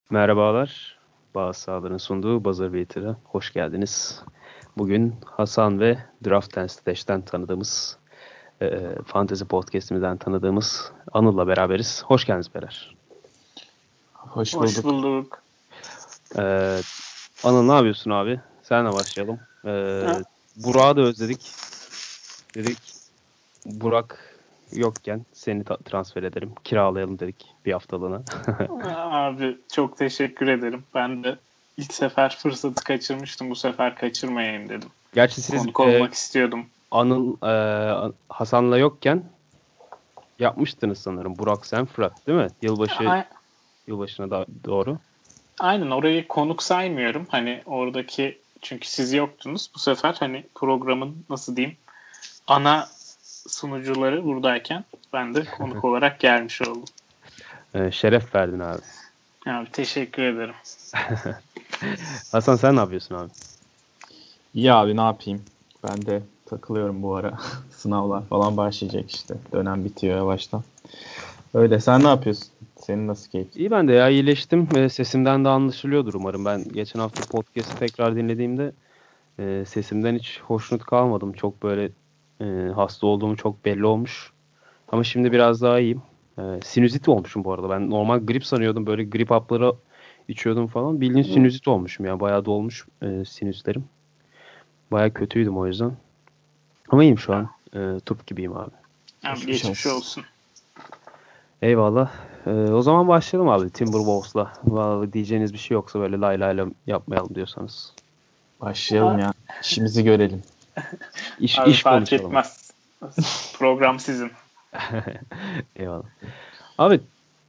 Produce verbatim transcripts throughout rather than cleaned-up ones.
Merhabalar. Bazı sahaların sunduğu Buzzer Beater'a hoş geldiniz. Bugün Hasan ve Draft and Stash'ten tanıdığımız, e, Fantasy Podcast'imizden tanıdığımız Anıl'la beraberiz. Hoş geldiniz beyler. Hoş bulduk. Hoş bulduk. Ee, Anıl ne yapıyorsun abi? Senle başlayalım. Ee, Burak'ı da özledik. Dedik Burak yokken seni ta- transfer edelim. Kiralayalım dedik bir haftalığına. Abi çok teşekkür ederim. Ben de ilk sefer fırsatı kaçırmıştım. Bu sefer kaçırmayayım dedim. Gerçi siz Konuk e, olmak istiyordum. Anıl e, Hasan'la yokken yapmıştınız sanırım. Burak sen Fırat değil mi? Yılbaşı A- yılbaşına da doğru. Aynen, orayı konuk saymıyorum. Hani oradaki, çünkü siz yoktunuz. Bu sefer hani programın nasıl diyeyim ana sunucuları buradayken ben de konuk olarak gelmiş oldum. E, şeref verdin abi. Abi teşekkür ederim. Hasan sen ne yapıyorsun abi? İyi abi, ne yapayım? Ben de takılıyorum bu ara. Sınavlar falan başlayacak işte. Dönem bitiyor yavaştan. Öyle, sen ne yapıyorsun? Senin nasıl keyif? İyi ben de ya iyileştim. E, sesimden de anlaşılıyordur umarım. Ben geçen hafta podcast'ı tekrar dinlediğimde e, sesimden hiç hoşnut kalmadım. Çok böyle e, hasta olduğum çok belli olmuş. Ama şimdi biraz daha iyiyim. E, sinüzit olmuşum bu arada. Ben normal grip sanıyordum. Böyle grip hapları içiyordum falan. Bildiğin sinüzit olmuşum ya. Bayağı dolmuş e, sinüslerim. Bayağı kötüydüm o yüzden. Ama iyiyim şu an. E, turp gibiyim abi. Abi Geçmiş geçmiş olsun. olsun. Eyvallah. E, o zaman başlayalım abi Timberwolves'la. Vallahi diyeceğiniz bir şey yoksa böyle lay lay lay yapmayalım diyorsanız. Başlayalım ya. İşimizi görelim. İş, Abi iş fark konuşalım. etmez. Program sizin. Eyvallah. Abi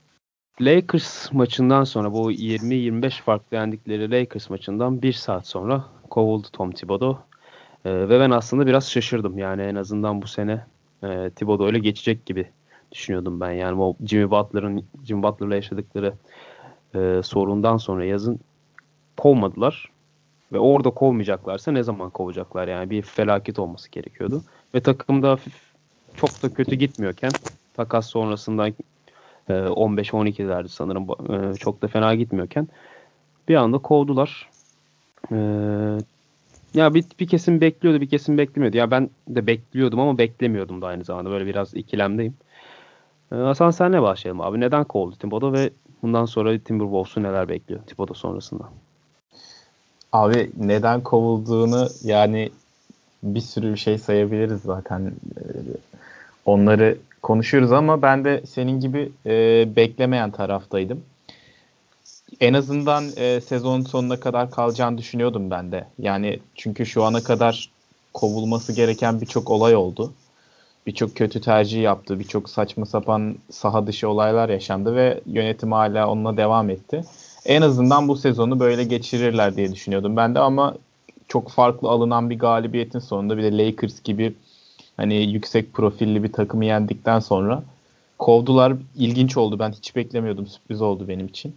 Lakers maçından sonra bu yirmi yirmi beş farklı yendikleri Lakers maçından bir saat sonra kovuldu Tom Thibodeau. Ee, ve ben aslında biraz şaşırdım. Yani en azından bu sene e, Thibodeau ile geçecek gibi düşünüyordum ben. Yani o Jimmy Butler'ın Jimmy Butler'la yaşadıkları e, sorundan sonra yazın kovmadılar. Ve orada kovmayacaklarsa ne zaman kovacaklar? Yani bir felaket olması gerekiyordu. Ve takımda hafif çok da kötü gitmiyorken takas sonrasından on beş on ikilerdi sanırım. E, çok da fena gitmiyorken bir anda kovdular. E, ya bir, bir kesim bekliyordu, bir kesim beklemiyordu. Ya ben de bekliyordum ama beklemiyordum da aynı zamanda. Böyle biraz ikilemdeyim. E, Hasan senle başlayalım abi. Neden kovdu Thibodeau ve bundan sonra Timberwolves'u neler bekliyor Thibodeau sonrasında? Abi neden kovulduğunu yani bir sürü bir şey sayabiliriz zaten. Ee, Onları konuşuyoruz ama ben de senin gibi e, beklemeyen taraftaydım. En azından e, sezon sonuna kadar kalacağını düşünüyordum ben de. Yani çünkü şu ana kadar kovulması gereken birçok olay oldu. Birçok kötü tercih yaptı. Birçok saçma sapan saha dışı olaylar yaşandı ve yönetim hala onunla devam etti. En azından bu sezonu böyle geçirirler diye düşünüyordum ben de ama çok farklı alınan bir galibiyetin sonunda bir de Lakers gibi hani yüksek profilli bir takımı yendikten sonra kovdular. İlginç oldu. Ben hiç beklemiyordum. Sürpriz oldu benim için.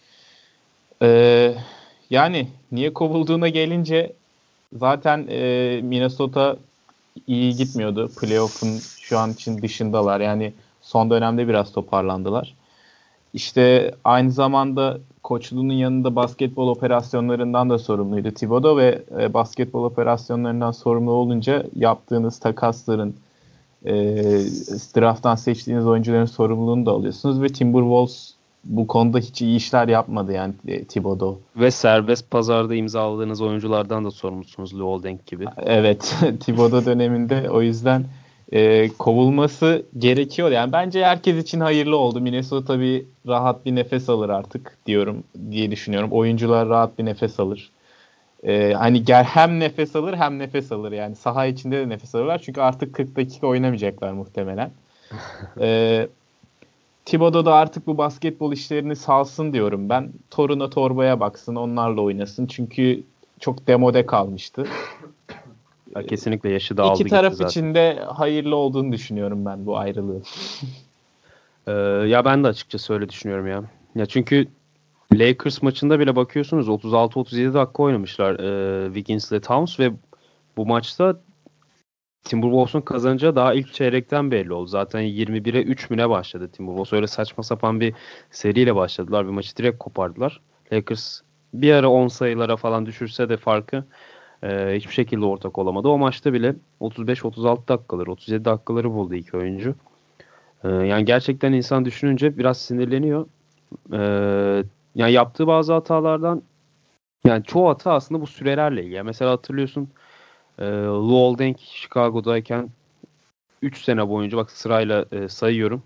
Ee, yani niye kovulduğuna gelince zaten e, Minnesota iyi gitmiyordu. Playoff'un şu an için dışındalar. Yani son dönemde biraz toparlandılar. İşte aynı zamanda koçluğunun yanında basketbol operasyonlarından da sorumluydu Thibodeau ve e, basketbol operasyonlarından sorumlu olunca yaptığınız takasların e, drafttan seçtiğiniz oyuncuların sorumluluğunu da alıyorsunuz ve Timberwolves bu konuda hiç iyi işler yapmadı yani e, Thibodeau. Ve serbest pazarda imzaladığınız oyunculardan da sorumlusunuz Luol Deng gibi. Evet, Thibodeau döneminde o yüzden e, kovulması gerekiyor. Yani bence herkes için hayırlı oldu. Minnesota bir rahat bir nefes alır artık diyorum diye düşünüyorum. Oyuncular rahat bir nefes alır. E, hani gel hem nefes alır hem nefes alır yani saha içinde de nefes alırlar çünkü artık kırk dakika oynamayacaklar muhtemelen. E, Thibodeau da artık bu basketbol işlerini salsın diyorum ben. Toruna torbaya baksın, onlarla oynasın çünkü çok demode kalmıştı. Ya kesinlikle yaşı da İki aldı gitti taraf zaten. için de hayırlı olduğunu düşünüyorum ben bu ayrılığın. Ee, ya ben de açıkçası öyle düşünüyorum ya. Ya çünkü Lakers maçında bile bakıyorsunuz otuz altı otuz yedi dakika oynamışlar e, Wiggins ile Towns ve bu maçta Timberwolves'un kazanacağı daha ilk çeyrekten belli oldu. Zaten yirmi bire üç mü ne başladı Timberwolves. Öyle saçma sapan bir seriyle başladılar. Bir maçı direkt kopardılar. Lakers bir ara on sayılara falan düşürse de farkı e, hiçbir şekilde ortak olamadı. O maçta bile otuz beş otuz altı dakikaları, otuz yedi dakikaları buldu iki oyuncu. E, yani gerçekten insan düşününce biraz sinirleniyor. E, yani yaptığı bazı hatalardan, yani çoğu hata aslında bu sürelerle ilgili. Yani mesela hatırlıyorsun e, Luol Deng Chicago'dayken üç sene boyunca bak sırayla e, sayıyorum.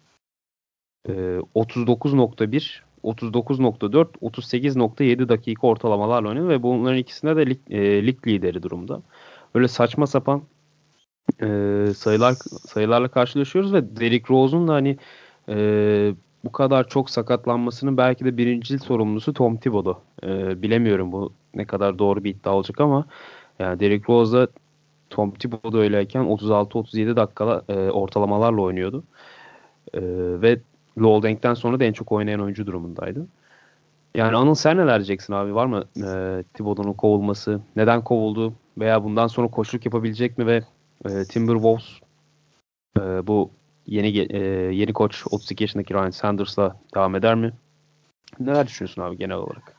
E, otuz dokuz nokta bir, otuz dokuz nokta dört, otuz sekiz nokta yedi dakika ortalamalarla oynadı ve bunların ikisinde de lig, e, lig lideri durumda. Böyle saçma sapan e, sayılar sayılarla karşılaşıyoruz ve Derrick Rose'un da hani e, bu kadar çok sakatlanmasının belki de birincil sorumlusu Tom Thibodeau. E, bilemiyorum bu ne kadar doğru bir iddia olacak ama yani Derrick Rose da Tom Thibodeau öyleyken otuz altı otuz yedi dakika e, ortalamalarla oynuyordu. E, ve Luol Deng'den sonra da en çok oynayan oyuncu durumundaydı. Yani Anıl sen neler diyeceksin abi? Var mı e, Thibodeau'nun kovulması? Neden kovuldu? Veya bundan sonra koçluk yapabilecek mi ve e, Timberwolves e, bu yeni e, yeni koç otuz iki yaşındaki Ryan Sanders'la devam eder mi? Neler düşünüyorsun abi genel olarak?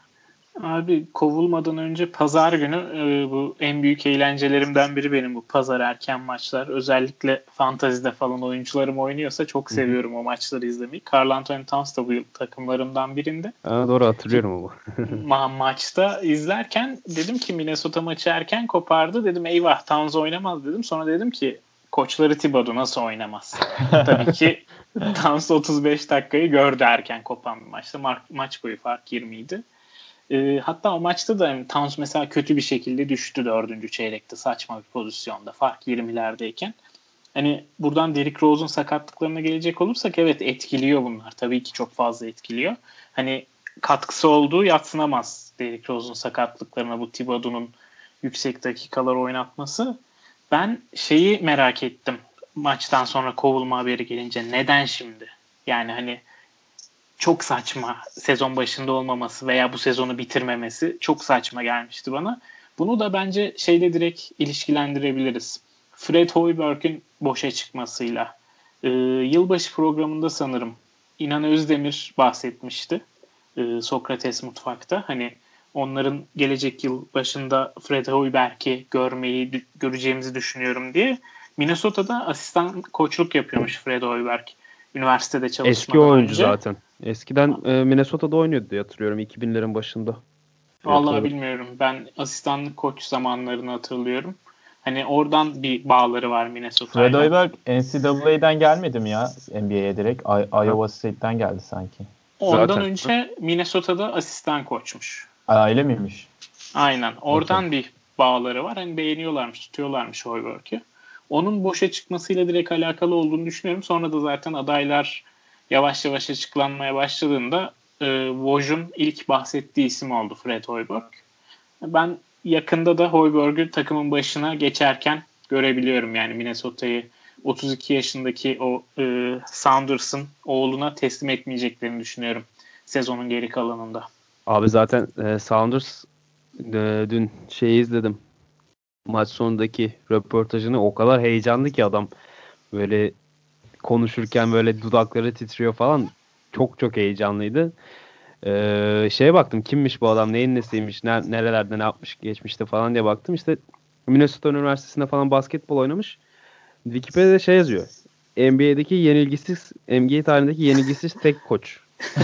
Abi kovulmadan önce pazar günü e, bu en büyük eğlencelerimden biri benim bu pazar erken maçlar. Özellikle fantazide falan oyuncularım oynuyorsa çok seviyorum o maçları izlemeyi. Karl Anthony Towns da bu yıl takımlarımdan birinde. Ha, doğru hatırlıyorum bu. Ma- maçta izlerken dedim ki Minnesota maçı erken kopardı. Dedim eyvah Towns oynamaz dedim. Sonra dedim ki koçları Thibodeau nasıl oynamaz? Tabii ki Towns otuz beş dakikayı gördü erken kopan bir maçta. Ma- maç boyu fark yirmi idi. E, hatta o maçta da yani, Towns mesela kötü bir şekilde düştü dördüncü çeyrekte saçma bir pozisyonda fark yirmilerdeyken. Hani buradan Derrick Rose'un sakatlıklarına gelecek olursak evet etkiliyor bunlar. Tabii ki çok fazla etkiliyor. Hani katkısı olduğu yadsınamaz Derrick Rose'un sakatlıklarına bu Thibodeau'nun yüksek dakikalar oynatması. Ben şeyi merak ettim maçtan sonra kovulma haberi gelince. Neden şimdi? Yani hani çok saçma sezon başında olmaması veya bu sezonu bitirmemesi çok saçma gelmişti bana. Bunu da bence şeyle direkt ilişkilendirebiliriz. Fred Hoiberg'ün boşa çıkmasıyla. Ee, yılbaşı programında sanırım İnan Özdemir bahsetmişti. Ee, Sokrates Mutfak'ta. Hani onların gelecek yıl başında Fred Hoiberg'i görmeyi göreceğimizi düşünüyorum diye. Minnesota'da asistan koçluk yapıyormuş Fred Hoiberg. Üniversitede Eski çalışmadan oyuncu önce. zaten. Eskiden e, Minnesota'da oynuyordu diye hatırlıyorum iki binlerin başında. Fred Vallahi Hoiberg. bilmiyorum. Ben asistanlık koç zamanlarını hatırlıyorum. Hani oradan bir bağları var Fred Minnesota'yla. Hoiberg N C double A'den gelmedi mi ya N B A'ye direkt? I- Aha, Iowa State'den geldi sanki. Ondan zaten. önce Minnesota'da asistan koçmuş. Aa, öyle miymiş? Aynen. Okey. Oradan bir bağları var. Hani beğeniyorlarmış, tutuyorlarmış Hoiberg'i. Onun boşa çıkmasıyla direkt alakalı olduğunu düşünüyorum. Sonra da zaten adaylar yavaş yavaş açıklanmaya başladığında e, Woj'un ilk bahsettiği isim oldu Fred Hoiberg. Ben yakında da Hoiberg'ü takımın başına geçerken görebiliyorum. Yani Minnesota'yı otuz iki yaşındaki o e, Saunders'ın oğluna teslim etmeyeceklerini düşünüyorum sezonun geri kalanında. Abi zaten e, Sounders e, dün şeyi izledim. Maç sonundaki röportajını o kadar heyecanlı ki adam. Böyle konuşurken böyle dudakları titriyor falan. Çok çok heyecanlıydı. Ee, şeye baktım kimmiş bu adam, neyin nesiymiş, ne, nerelerde ne yapmış geçmişte falan diye baktım. İşte Minnesota Üniversitesi'nde falan basketbol oynamış. Wikipedia'da şey yazıyor. N B A'deki yenilgisiz, N B A tarihindeki yenilgisiz tek koç.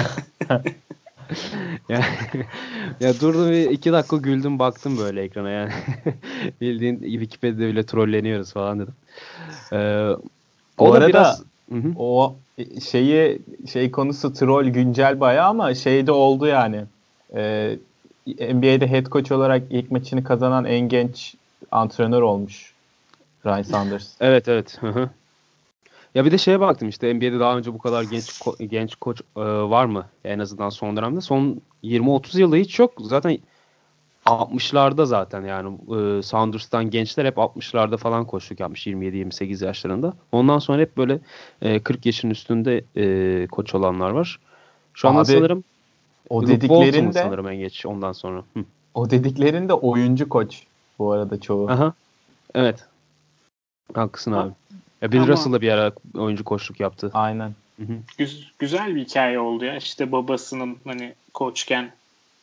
Yani, ya durdum bir iki dakika güldüm baktım böyle ekrana yani. Bildiğin Wikipedia'da bile trolleniyoruz falan dedim. Ee, Bu o da arada biraz hı hı. o şeyi şey konusu troll güncel bayağı ama şeyde oldu yani. Ee, N B A'de head coach olarak ilk maçını kazanan en genç antrenör olmuş Ryan Saunders. Evet evet. Hı hı. Ya bir de şeye baktım işte N B A'de daha önce bu kadar genç ko- genç koç e, var mı? En azından son dönemde. Son yirmi otuz yılda hiç yok. Zaten altmışlarda zaten yani e, Sounders'tan gençler hep altmışlarda falan koçluk yapmış yirmi yedi yirmi sekiz yaşlarında. Ondan sonra hep böyle e, kırk yaşın üstünde e, koç olanlar var. Şu anda Abi sanırım o Luke Walton'un dediklerinde sanırım en geç ondan sonra. Hı. o dediklerinde oyuncu koç bu arada çoğu. Aha. Evet. Haklısın A- abi. Ya Bill Ama Russell da bir ara oyuncu koçluk yaptı. Aynen. Hı hı. güz- güzel bir hikaye oldu ya. İşte babasının hani koçken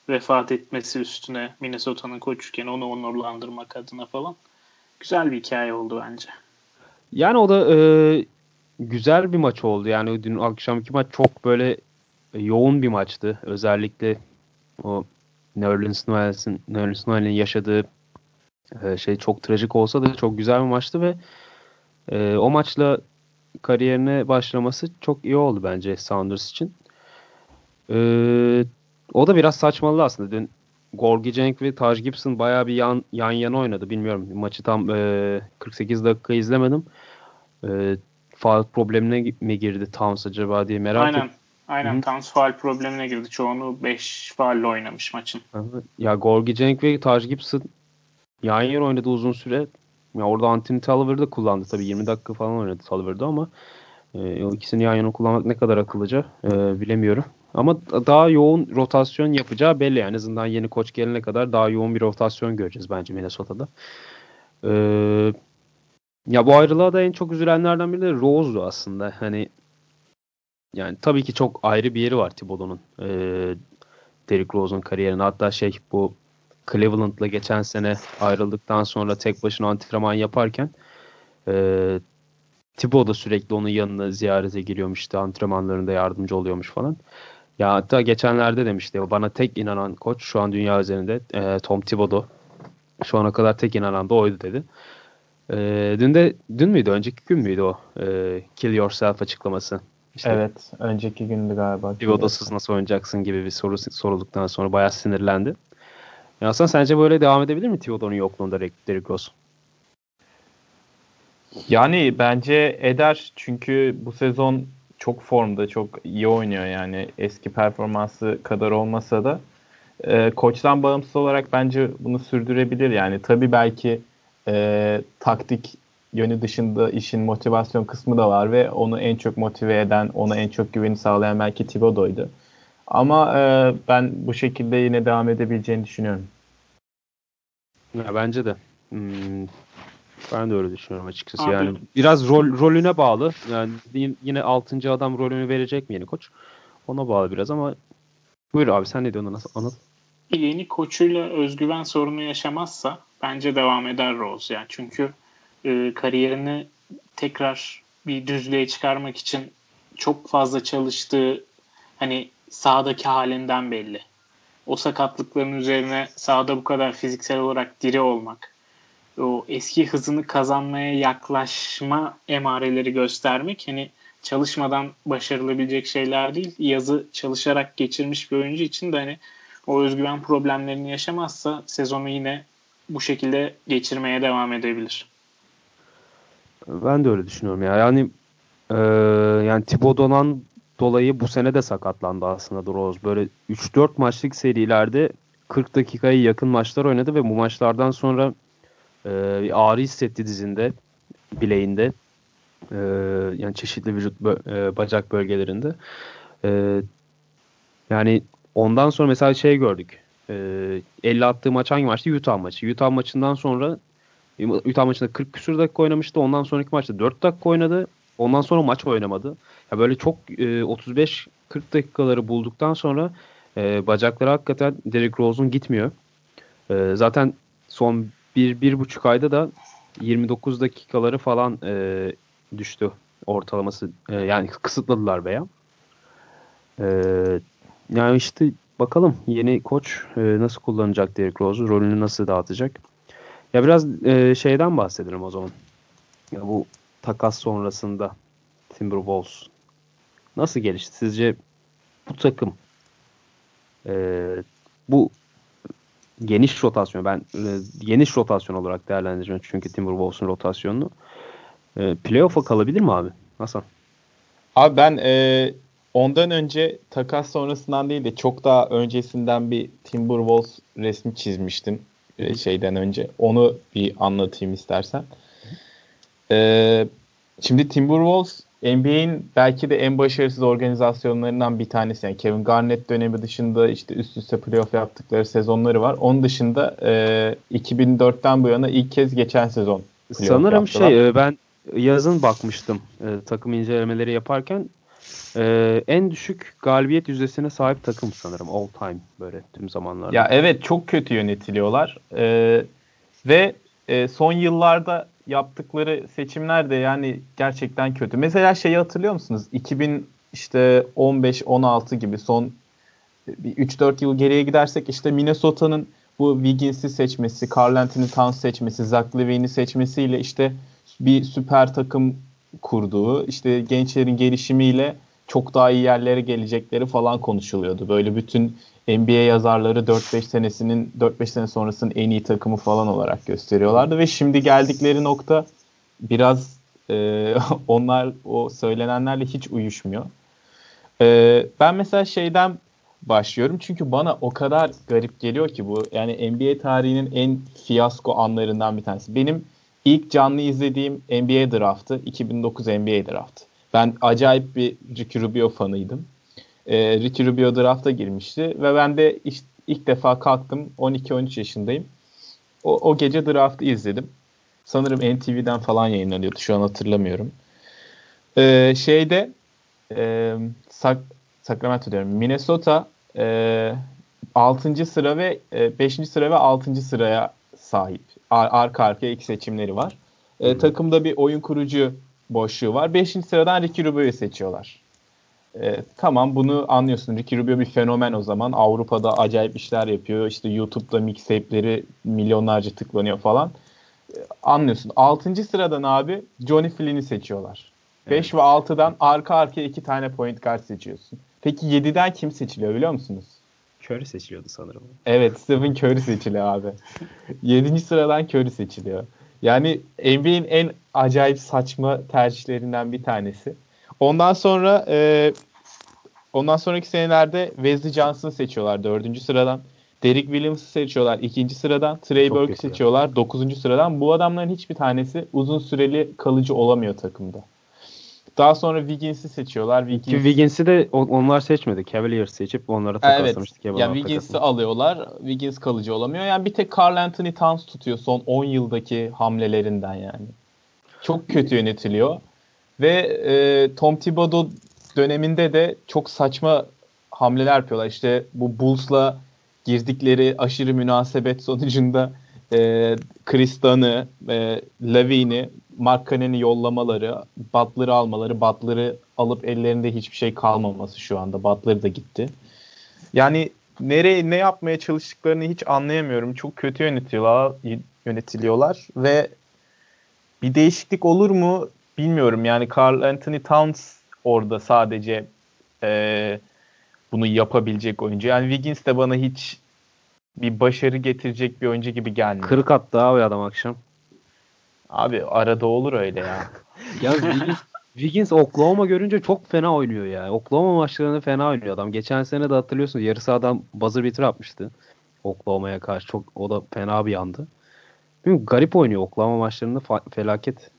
vefat etmesi üstüne Minnesota'nın koçuken onu onurlandırmak adına falan güzel bir hikaye oldu bence. Yani o da e, güzel bir maç oldu. Yani dün akşamki maç çok böyle yoğun bir maçtı. Özellikle o Nerlens Noel'in Nerlens Noel'in yaşadığı e, şey çok trajik olsa da çok güzel bir maçtı ve e, o maçla kariyerine başlaması çok iyi oldu bence Sounders için. E, O da biraz saçmaladı aslında. Dün Gorgui Dieng ve Taj Gibson bayağı bir yan, yan yana oynadı. Bilmiyorum. Maçı tam e, kırk sekiz dakika izlemedim. E, Faul problemine mi girdi Towns acaba diye merak ettim. Aynen. Aynen. Towns faul problemine girdi. Çoğunu beş faulle oynamış maçın. Ya Gorgui Dieng ve Taj Gibson yan yana oynadı uzun süre. Ya orada Anthony Tolliver'ı da kullandı. Tabii yirmi dakika falan oynadı Tolliver'da ama e, o ikisini yan yana kullanmak ne kadar akıllıca e, bilemiyorum. Ama daha yoğun rotasyon yapacağı belli. Yani en azından yeni koç gelene kadar daha yoğun bir rotasyon göreceğiz bence Minnesota'da. E, Ya bu ayrılığa da en çok üzülenlerden biri de Rose'du aslında. Hani yani tabii ki çok ayrı bir yeri var Thibodeau'nun. E, Derrick Rose'un kariyerine. Hatta şey bu Cleveland'la geçen sene ayrıldıktan sonra tek başına antrenman yaparken e, Thibaut da sürekli onun yanına ziyarete giriyormuş, işte antrenmanlarında yardımcı oluyormuş falan. Ya hatta geçenlerde demişti, bana tek inanan koç şu an dünya üzerinde e, Tom Thibodeau. Şu ana kadar tek inanan da oydu dedi. E, dün de dün müydü? Önceki gün müydü o? E, Kill Yourself açıklaması. İşte Evet. Önceki gündü galiba. Thibodeau'suz nasıl oynayacaksın gibi bir soru sorulduktan sonra bayağı sinirlendi. Ya aslında sence böyle devam edebilir mi Thibodeau'nun yokluğunda Derrick Rose? Yani bence eder. Çünkü bu sezon çok formda, çok iyi oynuyor yani. Eski performansı kadar olmasa da. E, koçtan bağımsız olarak bence bunu sürdürebilir. Yani tabii belki e, taktik yönü dışında işin motivasyon kısmı da var ve onu en çok motive eden, ona en çok güveni sağlayan belki Thibodeau'ydu. Ama e, ben bu şekilde yine devam edebileceğini düşünüyorum. Ya bence de. Hmm, Ben de öyle düşünüyorum açıkçası. Abi Yani biraz rol rolüne bağlı. Yani yine altıncı adam rolünü verecek mi yeni koç? Ona bağlı biraz ama buyur abi, sen ne diyorsun, nasıl Anıl? yeni koçuyla özgüven sorunu yaşamazsa bence devam eder Rose. Yani çünkü e, kariyerini tekrar bir düzlüğe çıkarmak için çok fazla çalıştığı, hani sahadaki halinden belli. O sakatlıkların üzerine sahada bu kadar fiziksel olarak diri olmak, o eski hızını kazanmaya yaklaşma emareleri göstermek, hani çalışmadan başarılabilecek şeyler değil. Yazı çalışarak geçirmiş bir oyuncu için de hani o özgüven problemlerini yaşamazsa sezonu yine bu şekilde geçirmeye devam edebilir. Ben de öyle düşünüyorum ya. Yani e, yani Thibodeau'dan dolayı bu sene de sakatlandı aslında Rose. Böyle üç dört maçlık serilerde kırk dakikaya yakın maçlar oynadı ve bu maçlardan sonra e, bir ağrı hissetti dizinde, bileğinde. E, Yani çeşitli vücut bö- e, bacak bölgelerinde. E, Yani ondan sonra mesela şey gördük. Ee, elli attığı maç hangi maçtı? Utah maçı. Utah maçından sonra Utah maçında kırk küsur dakika oynamıştı. Ondan sonraki maçta dört dakika oynadı. Ondan sonra maç oynamadı. Ya böyle çok e, otuz beş kırk dakikaları bulduktan sonra e, bacakları hakikaten Derrick Rose'un gitmiyor. E, zaten son bir bir buçuk ayda da yirmi dokuz dakikaları falan e, düştü ortalaması. E, yani kısıtladılar veya. Ee, Yani işte bakalım yeni koç e, nasıl kullanacak Derrick Rose'u, rolünü nasıl dağıtacak. Ya biraz e, şeyden bahsedelim o zaman. Ya bu takas sonrasında Timberwolves nasıl gelişti? Sizce bu takım e, bu geniş rotasyon, ben e, geniş rotasyon olarak değerlendireceğim çünkü Timberwolves'un rotasyonunu e, playoff'a kalabilir mi abi? Nasıl? Abi ben e, ondan önce takas sonrasından değil de çok daha öncesinden bir Timberwolves resmi çizmiştim Hı e, hı. şeyden önce. Onu bir anlatayım istersen. E, Şimdi Timberwolves N B A'in belki de en başarısız organizasyonlarından bir tanesi. Yani Kevin Garnett dönemi dışında işte üst üste playoff yaptıkları sezonları var. Onun dışında e, iki bin dörtten bu yana ilk kez geçen sezon playoff Sanırım yaptılar. şey e, ben yazın bakmıştım e, takım incelemeleri yaparken. Ee, en düşük galibiyet yüzdesine sahip takım sanırım all time böyle tüm zamanlarda. Ya evet, çok kötü yönetiliyorlar. Ee, ve e, son yıllarda yaptıkları seçimler de yani gerçekten kötü. Mesela şeyi hatırlıyor musunuz? iki bin işte on beş on altı gibi son bir üç dört yıl geriye gidersek işte Minnesota'nın bu Wiggins'i seçmesi, Karl Anthony Towns seçmesi, Zach LaVine'i seçmesiyle işte bir süper takım kurduğu, işte gençlerin gelişimiyle çok daha iyi yerlere gelecekleri falan konuşuluyordu. Böyle bütün N B A yazarları dört beş senesinin dört beş sene sonrasının en iyi takımı falan olarak gösteriyorlardı ve şimdi geldikleri nokta biraz e, onlar o söylenenlerle hiç uyuşmuyor. E, ben mesela şeyden başlıyorum çünkü bana o kadar garip geliyor ki bu, yani N B A tarihinin en fiyasko anlarından bir tanesi. Benim ilk canlı izlediğim N B A draftı iki bin dokuz N B A draftı. Ben acayip bir Ricky Rubio fanıydım. Ee, Ricky Rubio drafta girmişti ve ben de işte ilk defa kalktım, on iki on üç yaşındayım. O, o gece draftı izledim. Sanırım N T V'den falan yayınlanıyordu, şu an hatırlamıyorum. Ee, şeyde e, Sac- Sacramento diyorum. Minnesota e, altıncı sıra ve e, beşinci sıra ve altıncı sıraya sahip. Ar- arka arkaya iki seçimleri var. E, takımda bir oyun kurucu boşluğu var. Beşinci sıradan Ricky Rubio'yu seçiyorlar. E, tamam, bunu anlıyorsun. Ricky Rubio bir fenomen o zaman. Avrupa'da acayip işler yapıyor. İşte YouTube'da mixtape'leri milyonlarca tıklanıyor falan. Anlıyorsun. Altıncı sıradan abi Johnny Flynn'i seçiyorlar. Evet. beş ve altıdan arka arkaya iki tane point guard seçiyorsun. Peki yediden kim seçiliyor biliyor musunuz? Curry seçiliyordu sanırım. Evet, Stephen Curry seçiliyor abi. yedinci sıradan Curry seçiliyor. Yani N B A'in en acayip saçma tercihlerinden bir tanesi. Ondan sonra e, ondan sonraki senelerde Wesley Johnson'ı seçiyorlar dördüncü sıradan. Derek Williams'ı seçiyorlar ikinci sıradan. Trey Çok Burke'ı kötü ya. seçiyorlar dokuzuncu sıradan. Bu adamların hiçbir tanesi uzun süreli kalıcı olamıyor takımda. Daha sonra Wiggins'i seçiyorlar. Ki Wiggins Wiggins'i de o- onlar seçmedi. Cavaliers seçip onlara evet. takaslamıştı. Ya Cavaliers Wiggins'i takasını. alıyorlar. Wiggins kalıcı olamıyor. Yani bir tek Karl Anthony Towns tutuyor son on yıldaki hamlelerinden yani. Çok kötü yönetiliyor. Ve e, Tom Thibodeau döneminde de çok saçma hamleler yapıyorlar. İşte bu Bulls'la girdikleri aşırı münasebet sonucunda e, Chris Dunn'ı, e, Lavine'i, Mark Cannon'i yollamaları, Butler'ı almaları, Butler'ı alıp ellerinde hiçbir şey kalmaması şu anda. Butler da gitti. Yani nereye ne yapmaya çalıştıklarını hiç anlayamıyorum. Çok kötü yönetiyorlar, yönetiliyorlar ve bir değişiklik olur mu bilmiyorum. Yani Karl Anthony Towns orada sadece e, bunu yapabilecek oyuncu. Yani Wiggins de bana hiç bir başarı getirecek bir oyuncu gibi gelmiyor. Kırık attı abi adam akşam. Abi arada olur öyle ya. Yalnız Wiggins, Wiggins Oklahoma görünce çok fena oynuyor ya. Oklahoma maçlarını fena oynuyor adam. Geçen sene de hatırlıyorsunuz yarı sahadan buzzer beater atmıştı. Oklahoma'ya karşı çok o da fena bir yandı. Bilmiyorum, garip oynuyor Oklahoma maçlarında fa- felaket.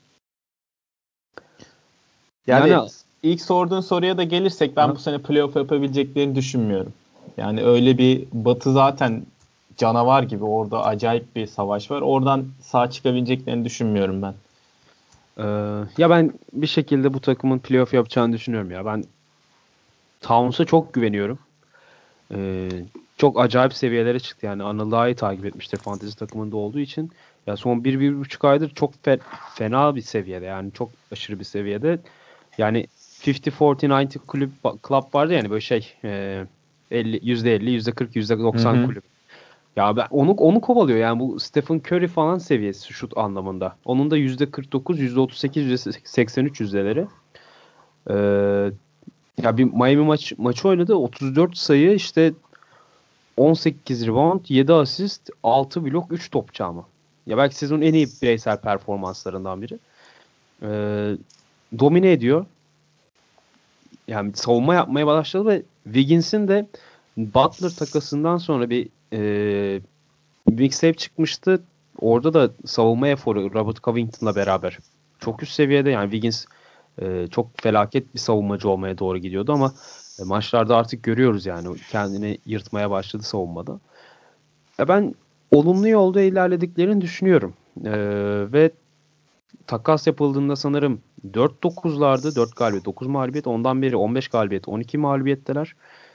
Yani Yani ilk sorduğun soruya da gelirsek ben aha, bu sene playoff yapabileceklerini düşünmüyorum. Yani öyle bir Batı zaten canavar gibi, orada acayip bir savaş var. Oradan sağ çıkabileceklerini düşünmüyorum ben. e, ya ben bir şekilde bu takımın playoff yapacağını düşünüyorum ya. Ben Towns'a çok güveniyorum. E, çok acayip seviyelere çıktı yani. Anıl daha iyi takip etmiştir fantezi takımında olduğu için. Ya son bir bir buçuk aydır çok fe- fena bir seviyede yani çok aşırı bir seviyede. Yani elli kırk doksan kulüp club vardı yani böyle şey e, elli yüzde elli, yüzde kırk, yüzde Hı doksan hı. kulüp. Ya ben onu onu kovalıyor yani bu Stephen Curry falan seviyesi şut anlamında. Onun da yüzde kırk dokuz, yüzde otuz sekiz, yüzde seksen üç yüzdeleri. Ee, ya bir Miami maç maçı oynadı. otuz dört sayı işte on sekiz rebound, yedi asist, altı blok, üç top çalma. Ya belki sezonun en iyi bireysel performanslarından biri. Ee, domine ediyor. Yani savunma yapmaya başladı ve Wiggins'in de Butler takasından sonra bir e, mixtape çıkmıştı. Orada da savunma eforu Robert Covington'la beraber çok üst seviyede. Yani Wiggins e, çok felaket bir savunmacı olmaya doğru gidiyordu ama e, maçlarda artık görüyoruz yani kendini yırtmaya başladı savunmada. Ya ben olumlu yolda ilerlediklerini düşünüyorum. E, ve takas yapıldığında sanırım dört dokuzlardı. dört galibiyet, dokuz mağlubiyet. Ondan beri on beş galibiyet, on iki mağlubiyetteler.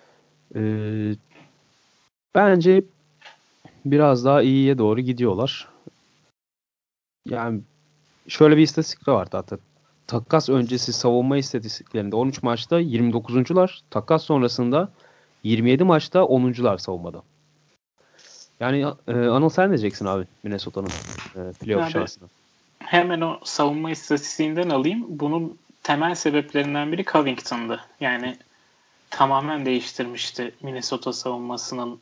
Ee, bence biraz daha iyiye doğru gidiyorlar. Yani şöyle bir istatistik var zaten. Takas öncesi savunma istatistiklerinde on üç maçta yirmi dokuzuncular. Takas sonrasında yirmi yedi maçta onuncular savunmada. Yani e, Anıl sen ne diyeceksin abi Minnesota'nın e, playoff Abi, şansına? hemen o savunma istatistiğinden alayım. Bunun temel sebeplerinden biri Covington'dı. Yani tamamen değiştirmişti Minnesota savunmasının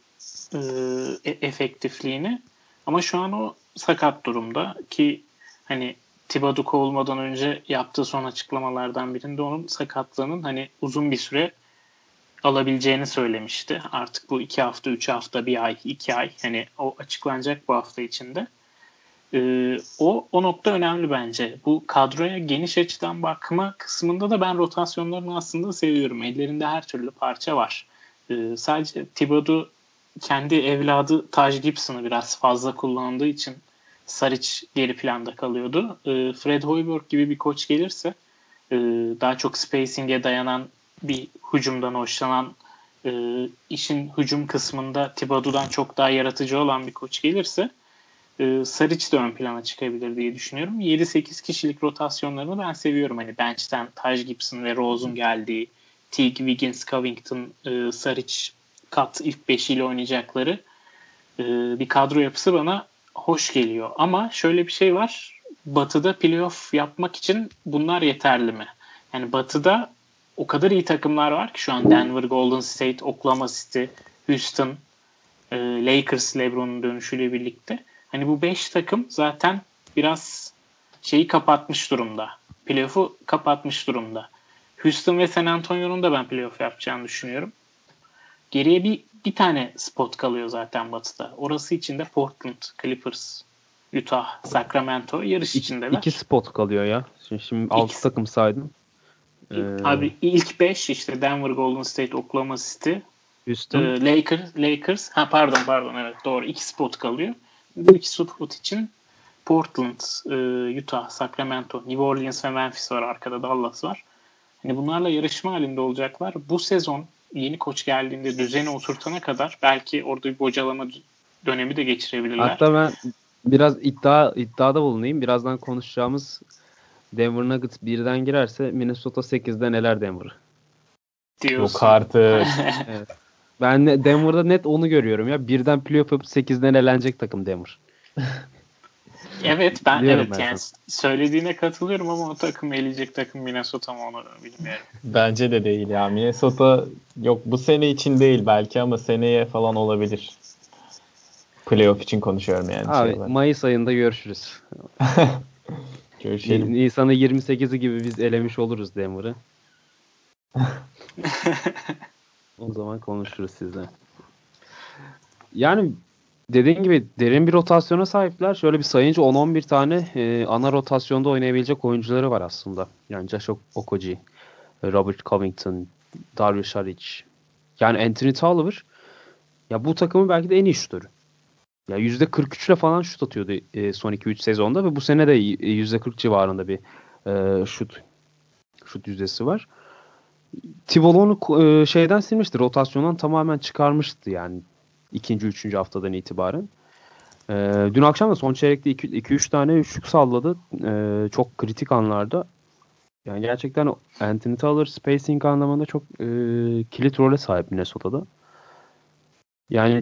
e, efektifliğini. Ama şu an o sakat durumda ki hani Thibodeau kovulmadan önce yaptığı son açıklamalardan birinde onun sakatlığının hani uzun bir süre alabileceğini söylemişti. Artık bu iki hafta, üç hafta, bir ay, iki ay hani o açıklanacak bu hafta içinde. Ee, o, o nokta önemli bence. Bu kadroya geniş açıdan bakma kısmında da ben rotasyonlarını aslında seviyorum. Ellerinde her türlü parça var. Ee, sadece Thibodeau kendi evladı Taj Gibson'ı biraz fazla kullandığı için Saric geri planda kalıyordu. Ee, Fred Hoiberg gibi bir koç gelirse e, daha çok spacing'e dayanan bir hücumdan hoşlanan e, işin hücum kısmında Thibodeau'dan çok daha yaratıcı olan bir koç gelirse e, Saric de ön plana çıkabilir diye düşünüyorum. yedi sekiz kişilik rotasyonlarını ben seviyorum. Hani bench'ten Taj Gibson ve Rose'un geldiği Teague, Wiggins, Covington, e, Saric kat ilk beşiyle oynayacakları e, bir kadro yapısı bana hoş geliyor. Ama şöyle bir şey var. Batı'da playoff yapmak için bunlar yeterli mi? Yani Batı'da o kadar iyi takımlar var ki şu an Denver, Golden State, Oklahoma City, Houston, e, Lakers, LeBron'un dönüşüyle birlikte. Hani bu beş takım zaten biraz şeyi kapatmış durumda. Playoff'u kapatmış durumda. Houston ve San Antonio'nun da ben playoff yapacağını düşünüyorum. Geriye bir bir tane spot kalıyor zaten Batı'da. Orası için de Portland, Clippers, Utah, Sacramento yarış İki, içindeler. iki spot kalıyor ya. Şimdi, şimdi altı İki, takım saydım. Ee, abi ilk beş işte Denver, Golden State, Oklahoma City, Houston. e, Lakers, Lakers. Ha pardon pardon evet doğru. iki spot kalıyor. Bu iki spot için Portland, e, Utah, Sacramento, New Orleans ve Memphis var. Arkada Dallas var. Hani bunlarla yarışma halinde olacaklar. Bu sezon yeni koç geldiğinde düzeni oturtana kadar belki orada bir bocalama dönemi de geçirebilirler. Hatta ben biraz iddia iddiada bulunayım. Birazdan konuşacağımız Denver Nuggets birden girerse Minnesota sekizden eler Denver'ı. Diyorsun. Yok artık. Evet. Ben de Denver'da net onu görüyorum ya. Birden playoff yapıp sekizden elenecek takım Denver. Evet ben Diyorum evet ben yani sana. söylediğine katılıyorum ama o takım eleyecek takım Minnesota mı onu bilmiyorum. Bence de değil ya. Minnesota yok bu sene için değil belki ama seneye falan olabilir. Playoff için konuşuyorum yani şey Abi olarak. Mayıs ayında görüşürüz. Görüşelim. Nisan'ın yirmi sekizi gibi biz elemiş oluruz Denver'ı. O zaman konuşuruz sizle. Yani dediğin gibi derin bir rotasyona sahipler. Şöyle bir sayınca on on bir tane e, ana rotasyonda oynayabilecek oyuncuları var aslında. Yani Josh Okogie, Robert Covington, Dario Saric. Yani Anthony Tolliver. Ya bu takımın belki de en iyi şutörü. Ya yüzde kırk üç ile falan şut atıyordu e, son iki üç sezonda ve bu sene de yüzde kırk civarında bir e, şut şut yüzdesi var. Thibodeau'nu e, şeyden silmişti. Rotasyondan tamamen çıkarmıştı yani ikinci üçüncü haftadan itibaren. E, dün akşam da son çeyrekte iki üç tane üçlük salladı. E, çok kritik anlarda. Yani gerçekten Anthony Tolliver spacing anlamında çok e, kilit role sahip Minnesota'da. Yani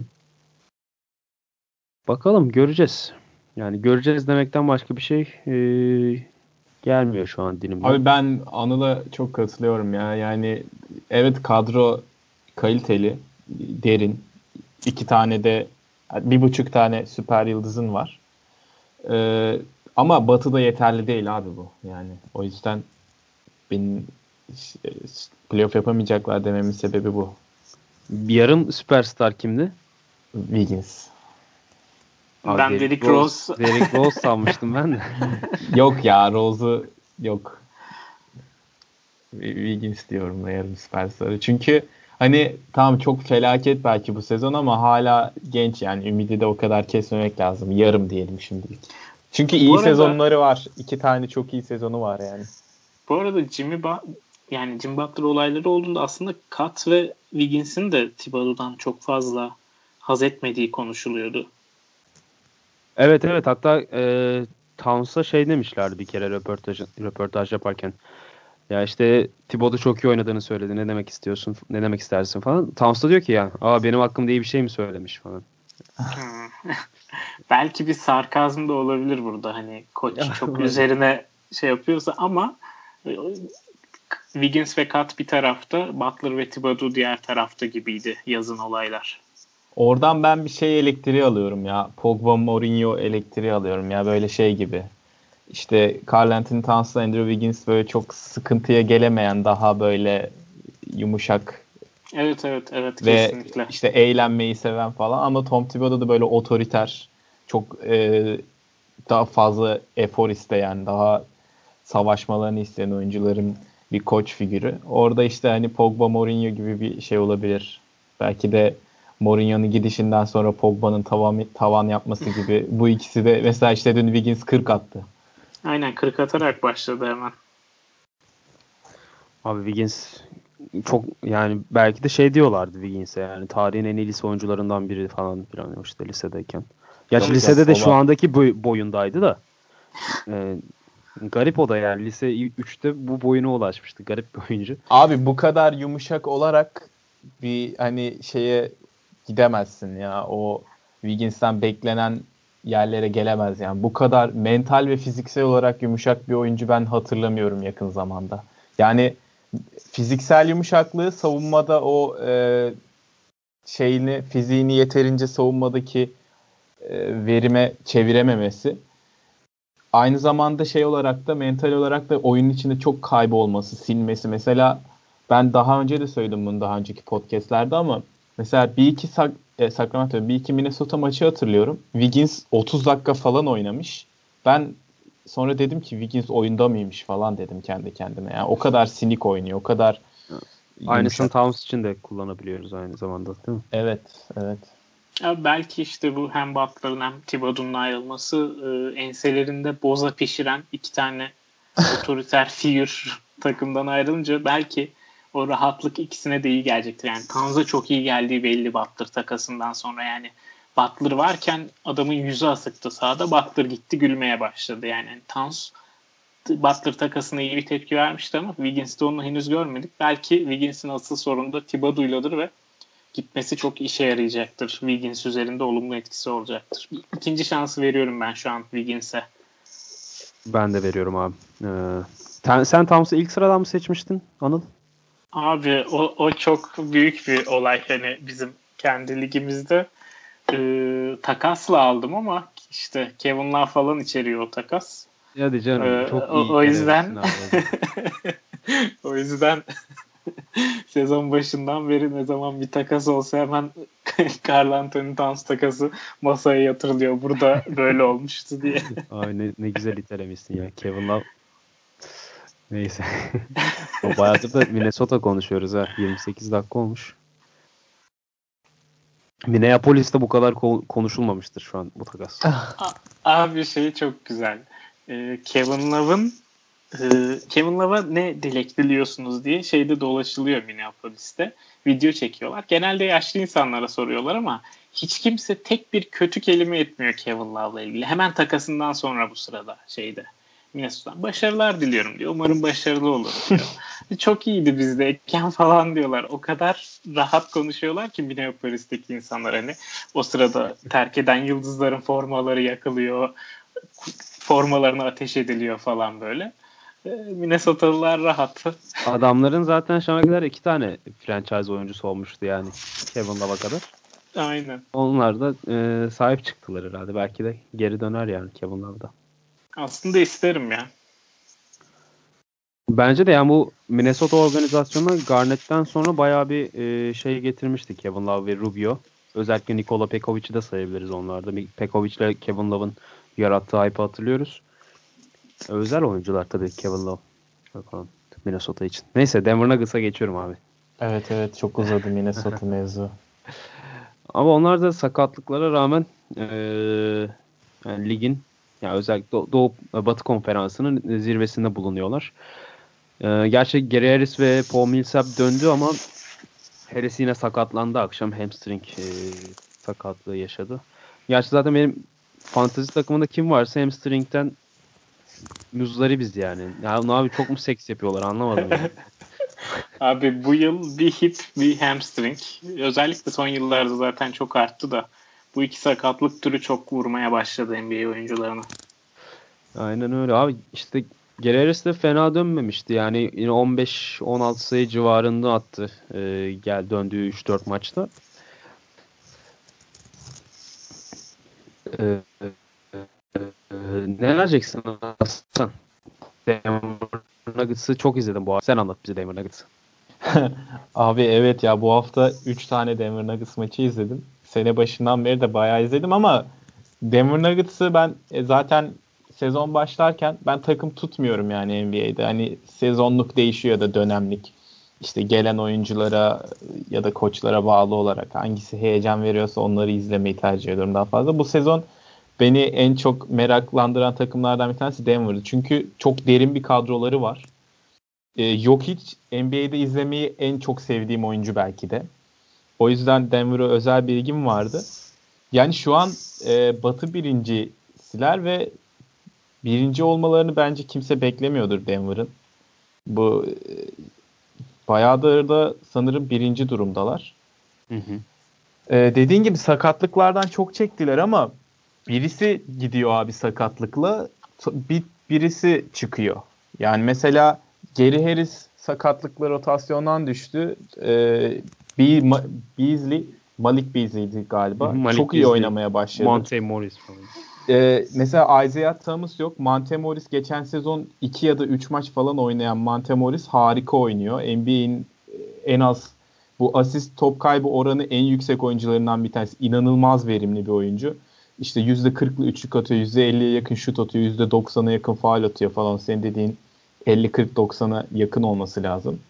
bakalım göreceğiz. Yani göreceğiz demekten başka bir şey e, gelmiyor şu an dilimden. Abi ben Anıl'a çok katılıyorum ya. Yani evet kadro kaliteli, derin. İki tane de bir buçuk tane süper yıldızın var. Ee, ama Batı'da yeterli değil abi bu. Yani o yüzden benim playoff yapamayacaklar dememin sebebi bu. Yarım süperstar kimdi? Wiggins. Abi Ben Derrick Derrick Rose, Rose. Derrick Rose sanmıştım ben de. Yok ya Rose'u yok. Wiggins diyorum da yarım süperstarı. Çünkü hani tamam çok felaket belki bu sezon ama hala genç yani ümidi de o kadar kesmemek lazım. Yarım diyelim şimdilik. Çünkü Bu iyi arada sezonları var. İki tane çok iyi sezonu var yani. Bu arada Jimmy ba- yani Jimmy Butler olayları olduğunda aslında Kat ve Wiggins'in de Thibodeau'dan çok fazla haz etmediği konuşuluyordu. Evet evet hatta e, Towns'a şey demişlerdi bir kere röportaj, röportaj yaparken. Ya işte Thibodeau çok iyi oynadığını söyledi. Ne demek istiyorsun? Ne demek istersin falan. Towns da diyor ki ya, aa benim hakkımda iyi bir şey mi söylemiş falan. Hmm. Belki bir sarkazm da olabilir burada. Hani koç çok üzerine şey yapıyorsa ama Wiggins ve Kat bir tarafta, Butler ve Thibodeau diğer tarafta gibiydi yazın olaylar. Oradan ben bir şey elektriği alıyorum ya. Pogba Mourinho elektriği alıyorum ya, böyle şey gibi. İşte Karl Anthony Towns'la Andrew Wiggins böyle çok sıkıntıya gelemeyen, daha böyle yumuşak Evet evet evet ve kesinlikle. işte eğlenmeyi seven falan, ama Tom Thibodeau da böyle otoriter, çok e, daha fazla efor isteyen, daha savaşmalarını isteyen oyuncuların bir koç figürü. Orada işte hani Pogba Mourinho gibi bir şey olabilir. Belki de Mourinho'nun gidişinden sonra Pogba'nın tavan tavan yapması gibi, bu ikisi de mesela işte dün Wiggins kırk attı. Aynen kırk atarak başladı hemen. Abi Wiggins çok yani belki de şey diyorlardı Wiggins'e, yani tarihin en iyi lise oyuncularından biri falan filan işte lisedeyken. Gerçi Yok ya, lisede de şu Sova. andaki boy, boyundaydı da. E, garip o da yani lise üçte bu boyuna ulaşmıştı. Garip bir oyuncu. Abi bu kadar yumuşak olarak bir hani şeye gidemezsin ya. O Wiggins'ten beklenen yerlere gelemez yani. Bu kadar mental ve fiziksel olarak yumuşak bir oyuncu ben hatırlamıyorum yakın zamanda. Yani fiziksel yumuşaklığı, savunmada o e, şeyini, fiziğini yeterince savunmadaki e, verime çevirememesi. Aynı zamanda şey olarak da, mental olarak da oyunun içinde çok kaybolması, silmesi. Mesela ben daha önce de söyledim bunu daha önceki podcastlerde, ama mesela bir iki Sak- e, Sacramento, bir iki Minnesota maçı hatırlıyorum. Wiggins otuz dakika falan oynamış. Ben sonra dedim ki Wiggins oyunda mıymış falan dedim kendi kendime. Yani o kadar sinik oynuyor, o kadar Aynısını yumuşak. Towns için de kullanabiliyoruz aynı zamanda, değil mi? Evet, evet. Ya belki işte bu hem Butler'ın hem Thibodeau'nun ayrılması e, enselerinde boza pişiren iki tane otoriter figür takımdan ayrılınca belki o rahatlık ikisine de iyi gelecektir. Yani Towns'a çok iyi geldiği belli Butler takasından sonra. Yani Butler varken adamın yüzü asıktı sahada. Butler gitti gülmeye başladı. Yani Towns Butler takasına iyi bir tepki vermişti ama Wiggins'te onu henüz görmedik. Belki Wiggins'in asıl sorunu da Thibodeau'yladır ve gitmesi çok işe yarayacaktır. Wiggins üzerinde olumlu etkisi olacaktır. İkinci şansı veriyorum ben şu an Wiggins'e. Ben de veriyorum abi. Ee, sen, sen Towns'u ilk sıradan mı seçmiştin Anıl? Abi o, o çok büyük bir olay. Hani bizim kendi ligimizde e, takasla aldım ama işte Kevin Love falan içeriyor o takas. Hadi E, canım, çok o, iyi o itelemişsin yüzden abi o zaman. o yüzden sezon başından beri ne zaman bir takas olsa hemen Karl Anthony Towns takası masaya yatırılıyor. Burada böyle olmuştu diye. Ay ne, ne güzel itelemişsin ya. Kevin Love. Neyse. Bayağıdır da Minnesota konuşuyoruz ha. yirmi sekiz dakika olmuş. Minneapolis'te bu kadar ko- konuşulmamıştır şu an bu takas. Abi şey çok güzel. Ee, Kevin Love'ın e, Kevin Love'a ne dilek diliyorsunuz diye şeyde dolaşılıyor Minneapolis'te. Video çekiyorlar. Genelde yaşlı insanlara soruyorlar ama hiç kimse tek bir kötü kelime etmiyor Kevin Love'la ilgili. Hemen takasından sonra bu sırada şeyde. Minnesota'dan başarılar diliyorum diyor. Umarım başarılı olur diyor. Çok iyiydi bizdeyken falan diyorlar. O kadar rahat konuşuyorlar ki Minneapolis'teki insanlar hani o sırada terk eden yıldızların formaları yakılıyor. Formalarına ateş ediliyor falan böyle. Minnesotalılar rahat. Adamların zaten şu ana kadar iki tane franchise oyuncusu olmuştu yani. Kevin Love'a kadar. Aynen. Onlar da e, sahip çıktılar herhalde. Belki de geri döner yani Kevin Love'da. Aslında isterim ya. Bence de yani bu Minnesota organizasyonu Garnett'ten sonra bayağı bir e, şey getirmişti Kevin Love ve Rubio. Özellikle Nikola Pekovic'i de sayabiliriz onlarda. Pekovic ile Kevin Love'ın yarattığı hype'ı hatırlıyoruz. Özel oyuncular tabii Kevin Love falan Minnesota için. Neyse Denver Nuggets'a geçiyorum abi. Evet, evet, çok uzadı Minnesota mevzu. Ama onlar da sakatlıklara rağmen e, yani ligin yani özellikle Doğu Batı Konferansı'nın zirvesinde bulunuyorlar. Ee, gerçi Gary Harris ve Paul Millsap döndü ama Harris yine sakatlandı akşam. Hamstring e, sakatlığı yaşadı. Gerçi zaten benim fantezi takımında kim varsa hamstring'ten muzları biz yani. Ya abi çok mu seks yapıyorlar anlamadım yani. Abi bu yıl bir hip bir hamstring. Özellikle son yıllarda zaten çok arttı da bu iki sakatlık türü çok vurmaya başladı N B A oyuncularına. Aynen öyle abi işte Gary Harris de fena dönmemişti yani yine on beş on altı sayı civarında attı ee, gel döndüğü üç dört maçta. Ee, e, ne diyeceksin Hasan? Denver Nuggets'ı çok izledim bu arada. Sen anlat bize Denver Nuggets'ı. Abi evet ya bu hafta üç tane Denver Nuggets maçı izledim. Sene başından beri de bayağı izledim ama Denver Nuggets'ı ben e, zaten sezon başlarken ben takım tutmuyorum yani N B A'de. Hani sezonluk değişiyor ya da dönemlik. İşte gelen oyunculara ya da koçlara bağlı olarak hangisi heyecan veriyorsa onları izlemeyi tercih ediyorum daha fazla. Bu sezon beni en çok meraklandıran takımlardan bir tanesi Denver'dı. Çünkü çok derin bir kadroları var. Ee, Jokic N B A'de izlemeyi en çok sevdiğim oyuncu belki de. O yüzden Denver'a özel bir ilgim vardı. Yani şu an e, Batı birincisiler ve birinci olmalarını bence kimse beklemiyordur Denver'ın. Bu e, bayağıdır da sanırım birinci durumdalar. Hı hı. E, dediğin gibi sakatlıklardan çok çektiler ama birisi gidiyor abi sakatlıkla, bir birisi çıkıyor. Yani mesela Gary Harris sakatlıkla rotasyondan düştü. Ee, bir Ma- Beasley, Malik Beasley'di Hı hı, galiba. Malik Çok iyi Beasley, oynamaya başladı. Monte Morris falan. Ee, mesela Isaiah Thomas yok. Monte Morris geçen sezon iki ya da üç maç falan oynayan Monte Morris harika oynuyor. N B A'in en az bu asist top kaybı oranı en yüksek oyuncularından bir tanesi. İnanılmaz verimli bir oyuncu. İşte yüzde kırklı üçlük atıyor, yüzde elliye yakın şut atıyor, yüzde doksana yakın faul atıyor falan. Senin dediğin elli kırk doksana yakın olması lazım.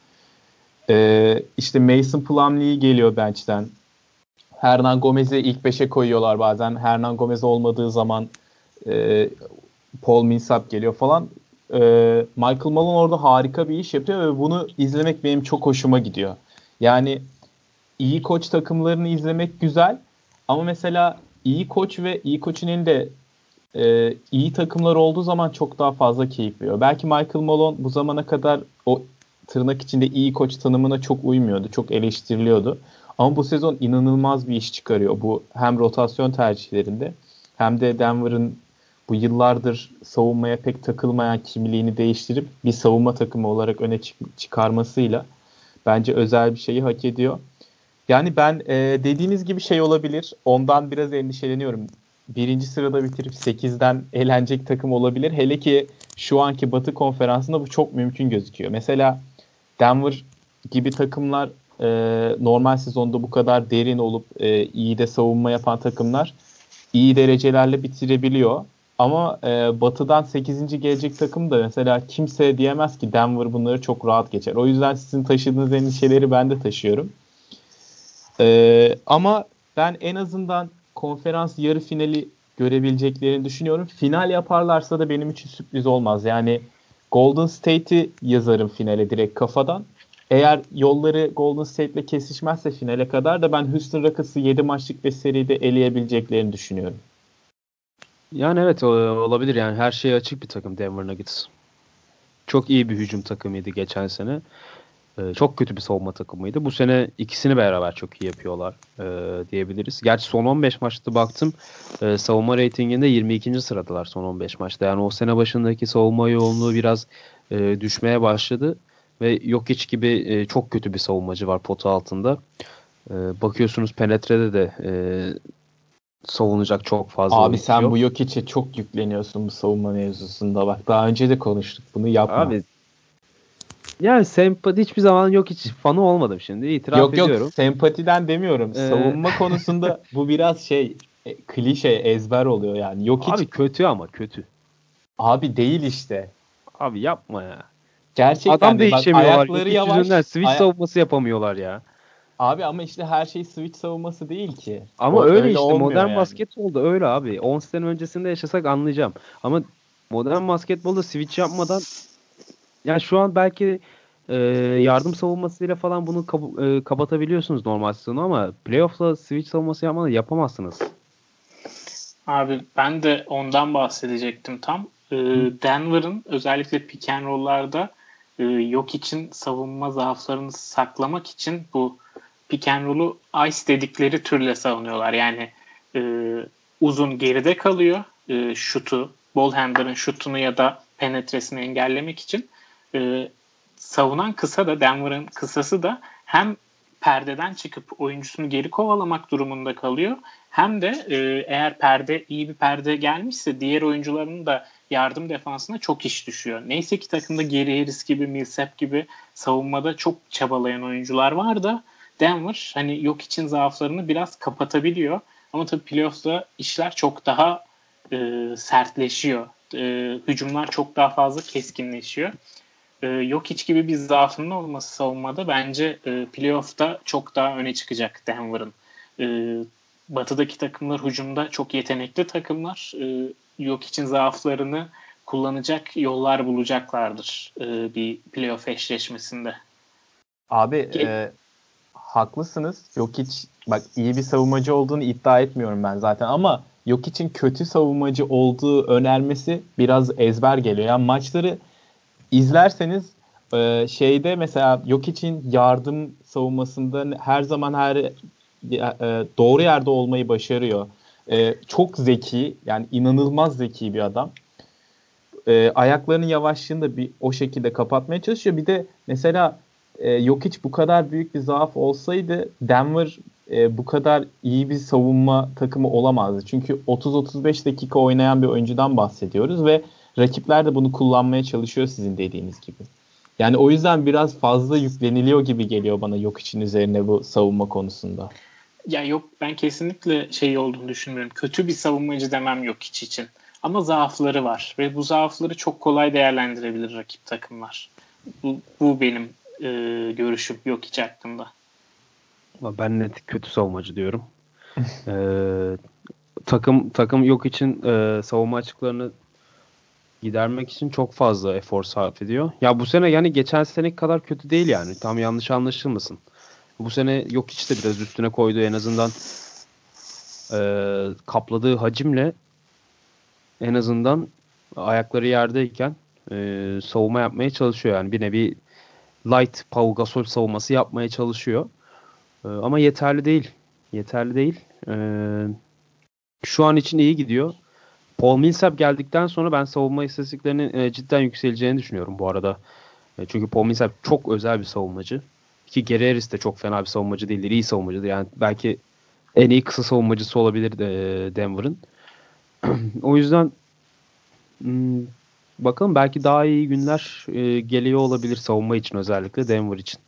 Ee, işte Mason Plumlee geliyor bench'ten. Hernan Gomez'i ilk beşe koyuyorlar bazen. Hernan Gomez olmadığı zaman e, Paul Millsap geliyor falan. E, Michael Malone orada harika bir iş yapıyor ve bunu izlemek benim çok hoşuma gidiyor. Yani iyi koç takımlarını izlemek güzel ama mesela iyi koç ve iyi koçun elinde e, iyi takımlar olduğu zaman çok daha fazla keyif veriyor. Belki Michael Malone bu zamana kadar o tırnak içinde iyi koç tanımına çok uymuyordu. Çok eleştiriliyordu. Ama bu sezon inanılmaz bir iş çıkarıyor. Bu hem rotasyon tercihlerinde hem de Denver'ın bu yıllardır savunmaya pek takılmayan kimliğini değiştirip bir savunma takımı olarak öne çık- çıkarmasıyla bence özel bir şeyi hak ediyor. Yani ben e, dediğiniz gibi şey olabilir. Ondan biraz endişeleniyorum. Birinci sırada bitirip sekizden elenecek takım olabilir. Hele ki şu anki Batı konferansında bu çok mümkün gözüküyor. Mesela Denver gibi takımlar e, normal sezonda bu kadar derin olup e, iyi de savunma yapan takımlar iyi derecelerle bitirebiliyor. Ama e, Batı'dan sekizinci gelecek takım da mesela kimse diyemez ki Denver bunları çok rahat geçer. O yüzden sizin taşıdığınız endişeleri ben de taşıyorum. Ee, ama ben en azından konferans yarı finali görebileceklerini düşünüyorum. Final yaparlarsa da benim için sürpriz olmaz. Yani Golden State'i yazarım finale direkt kafadan. Eğer yolları Golden State'le kesişmezse finale kadar da ben Houston Rockets'ı yedi maçlık bir seride eleyebileceklerini düşünüyorum. Yani evet olabilir yani her şeye açık bir takım Denver Nuggets. Çok iyi bir hücum takımıydı geçen sene. Ee, çok kötü bir savunma takımıydı. Bu sene ikisini beraber çok iyi yapıyorlar e, diyebiliriz. Gerçi son on beş maçta baktım e, savunma reytinginde yirmi ikinci sıradalar son on beş maçta. Yani o sene başındaki savunma yoğunluğu biraz e, düşmeye başladı. Ve Jokic gibi e, çok kötü bir savunmacı var potu altında. E, bakıyorsunuz penetrede de e, savunacak çok fazla Abi oyuncu sen bu yok. Jokic'e çok yükleniyorsun bu savunma mevzusunda. Bak daha önce de konuştuk. Bunu yapma. Abi yani sempati hiçbir zaman yok hiç fanı olmadım şimdi itiraf Yok yok ediyorum. sempatiden demiyorum. Ee, Savunma konusunda bu biraz şey e, klişe ezber oluyor yani. Yok hiç abi kötü ama kötü. abi değil işte. Abi yapma ya. Gerçekten Adam de bak değişemiyorlar. Yok ayakları hiç yüzünden yavaş. switch Aya- savunması yapamıyorlar ya. abi ama işte her şey switch savunması değil ki. Ama O öyle öyle işte olmuyor modern yani. basketbolda öyle abi. on sene öncesinde yaşasak anlayacağım. Ama modern basketbolda switch yapmadan Yani şu an belki e, yardım savunmasıyla falan bunu kap- e, kapatabiliyorsunuz normal sezonu ama playoff'la switch savunması yapmadan yapamazsınız. Abi ben de ondan bahsedecektim tam. Ee, Hı. Denver'ın özellikle pick and roll'larda e, yok için savunma zaaflarını saklamak için bu pick and roll'u ice dedikleri türle savunuyorlar. Yani e, uzun geride kalıyor e, şutu, ball handler'ın şutunu ya da penetresini engellemek için. E, savunan kısa da Denver'ın kısası da hem perdeden çıkıp oyuncusunu geri kovalamak durumunda kalıyor. Hem de e, eğer perde iyi bir perde gelmişse diğer oyuncuların da yardım defansına çok iş düşüyor. Neyse ki takımda Gary Harris gibi, Millsap gibi savunmada çok çabalayan oyuncular var da Denver hani yok için zaaflarını biraz kapatabiliyor. Ama tabii playoff'ta işler çok daha e, sertleşiyor. E, hücumlar çok daha fazla keskinleşiyor. E, yok hiç gibi bir zaafının olması savunmada bence e, playoff'ta çok daha öne çıkacak Denver'ın. E, batıdaki takımlar hücumda çok yetenekli takımlar. E, yok için zaaflarını kullanacak yollar bulacaklardır e, bir playoff eşleşmesinde. Abi Ge- e, haklısınız. Jokic bak iyi bir savunmacı olduğunu iddia etmiyorum ben zaten ama Jokic'in kötü savunmacı olduğu önermesi biraz ezber geliyor. Yani maçları izlerseniz e, şeyde mesela Jokic'in yardım savunmasında her zaman her e, doğru yerde olmayı başarıyor. E, çok zeki, yani inanılmaz zeki bir adam. E, ayaklarının yavaşlığını da bir o şekilde kapatmaya çalışıyor. Bir de mesela e, Jokic bu kadar büyük bir zaaf olsaydı Denver e, bu kadar iyi bir savunma takımı olamazdı. Çünkü otuz otuz beş dakika oynayan bir oyuncudan bahsediyoruz ve rakipler de bunu kullanmaya çalışıyor sizin dediğiniz gibi. Yani o yüzden biraz fazla yükleniliyor gibi geliyor bana Jokic'in üzerine bu savunma konusunda. Ya yok ben kesinlikle şey olduğunu düşünmüyorum. Kötü bir savunmacı demem yok hiç için. Ama zaafları var ve bu zaafları çok kolay değerlendirebilir rakip takımlar. Bu, bu benim e, görüşüm yok hiç hakkında. Ama ben net kötü savunmacı diyorum. Ee, takım takım yok için e, savunma açıklarını gidermek için çok fazla efor sarf ediyor. Ya bu sene yani geçen seneki kadar kötü değil yani. Tam yanlış anlaşılmasın. Bu sene yok hiç de biraz üstüne koyduğu en azından e, kapladığı hacimle en azından ayakları yerdeyken e, savunma yapmaya çalışıyor. Yani bir nevi light Pau Gasol savunması yapmaya çalışıyor. E, ama yeterli değil. Yeterli değil. E, şu an için iyi gidiyor. Paul Millsap geldikten sonra ben savunma istatistiklerinin e, cidden yükseleceğini düşünüyorum bu arada. E, çünkü Paul Millsap çok özel bir savunmacı. Ki Gary Harris de çok fena bir savunmacı değildir. İyi savunmacıdır. Yani belki en iyi kısa savunmacısı olabilir de, e, Denver'ın. O yüzden hmm, bakalım belki daha iyi günler e, geliyor olabilir savunma için özellikle Denver için.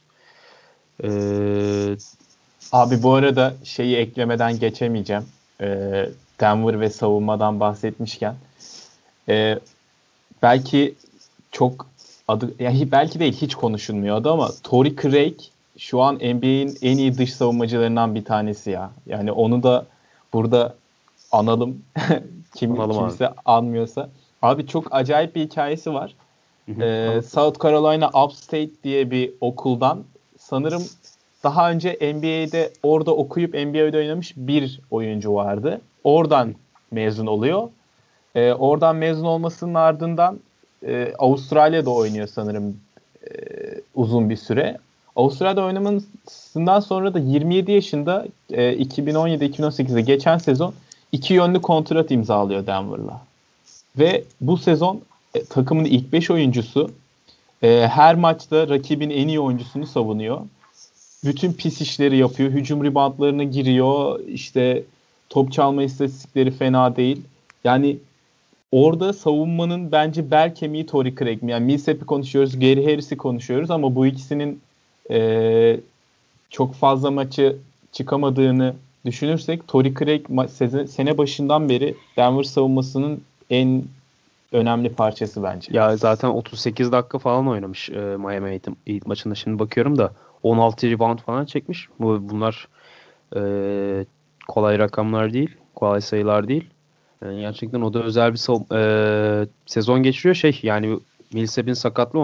E, Abi bu arada şeyi eklemeden geçemeyeceğim. Ee, Denver ve savunmadan bahsetmişken. Ee, belki çok adı yani belki değil hiç konuşulmuyordu ama Torrey Craig şu an N B A'in en iyi dış savunmacılarından bir tanesi ya. Yani onu da burada analım. Kim analım abi. kimse anmıyorsa. Abi çok acayip bir hikayesi var. Hı hı, Ee, anlat South bakalım. Carolina Upstate diye bir okuldan sanırım daha önce N B A'de orada okuyup N B A'de oynamış bir oyuncu vardı. Hı Oradan hı. mezun oluyor. Ee, oradan mezun olmasının ardından e, Avustralya'da oynuyor sanırım e, uzun bir süre. Avustralya'da oynamasından sonra da yirmi yedi yaşında e, iki bin on yedi iki bin on sekizde geçen sezon iki yönlü kontrat imzalıyor Denver'la. Ve bu sezon e, takımın ilk beş oyuncusu, e, her maçta rakibin en iyi oyuncusunu savunuyor. Bütün pis işleri yapıyor. Hücum reboundlarına giriyor. İşte top çalma istatistikleri fena değil. Yani orada savunmanın bence bel kemiği Torrey Craig. Yani Millsap'i konuşuyoruz, Gary Harris'i konuşuyoruz ama bu ikisinin e, çok fazla maçı çıkamadığını düşünürsek Torrey Craig ma- sene başından beri Denver savunmasının en önemli parçası bence. Ya zaten otuz sekiz dakika falan oynamış e, Miami Heat, Heat maçında. Şimdi bakıyorum da on altı rebound falan çekmiş. Bu bunlar e, kolay rakamlar değil, kolay sayılar değil. Yani gerçekten o da özel bir sav- e, sezon geçiriyor. Şey yani Millsap'in sakatlığı ona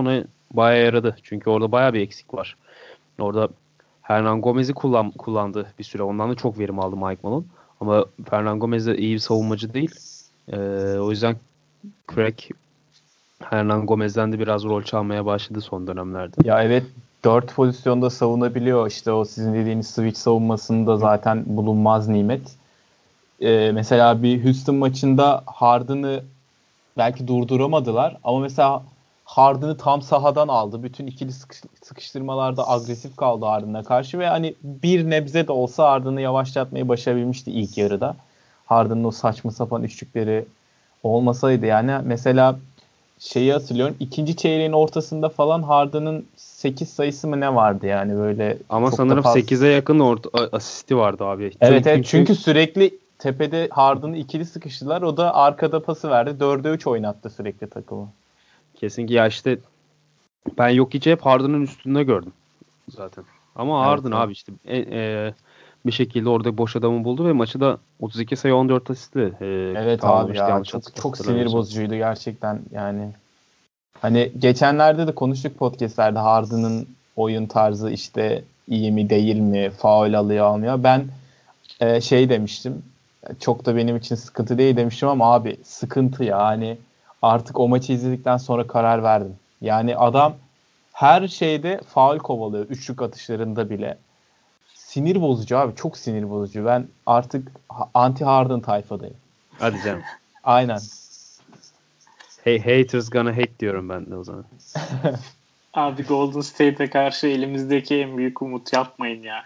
bayağı yaradı. Çünkü orada bayağı bir eksik var. Orada Hernan Gomez'i kullan, kullandı bir süre. Ondan da çok verim aldı Mike Malone. Ama Hernan Gomez de iyi bir savunmacı değil. Ee, o yüzden Craig Hernan Gomez'den de biraz rol çalmaya başladı son dönemlerde. Ya evet, dört pozisyonda savunabiliyor. İşte o sizin dediğiniz switch savunmasında zaten bulunmaz nimet. Ee, mesela bir Houston maçında Harden'ı belki durduramadılar ama mesela Harden'ı tam sahadan aldı. Bütün ikili sıkıştırmalarda agresif kaldı Harden'a karşı ve hani bir nebze de olsa Harden'ı yavaşlatmayı başarabilmişti ilk yarıda. Harden'ın o saçma sapan üçlükleri olmasaydı yani mesela şeyi hatırlıyorum. İkinci çeyreğin ortasında falan Harden'ın sekiz sayısı mı ne vardı yani böyle Ama çok da sanırım fazla. sekize yakın orta, asisti vardı abi. Evet evet, Çünkü, çünkü sürekli tepede Harden'ı ikili sıkıştılar. O da arkada pası verdi. dörde üç oynattı sürekli takımı. kesinlikle ya işte ben Jokic'i hep Harden'ın üstünde gördüm zaten. Ama Evet, Harden evet. abi işte e, e, bir şekilde orada boş adamı buldu ve maçı da otuz iki sayı on dört asistle e, Evet abi tamamlamıştı ya, yanlış çok çok sinir hatırlamıyorsam. bozucuydu gerçekten yani. Hani geçenlerde de konuştuk podcastlerde Harden'ın oyun tarzı işte iyi mi değil mi, faul alıyor almıyor. Ben e, şey demiştim, çok da benim için sıkıntı değil demiştim ama abi sıkıntı ya. Hani artık o maçı izledikten sonra karar verdim. Yani adam her şeyde faul kovalıyor, üçlük atışlarında bile. Sinir bozucu abi, çok sinir bozucu. Ben artık anti Harden tayfadayım. Hadi canım. Aynen. Hey, haters gonna hate diyorum ben de o zaman. Abi Golden State'e karşı elimizdeki en büyük umut, yapmayın ya.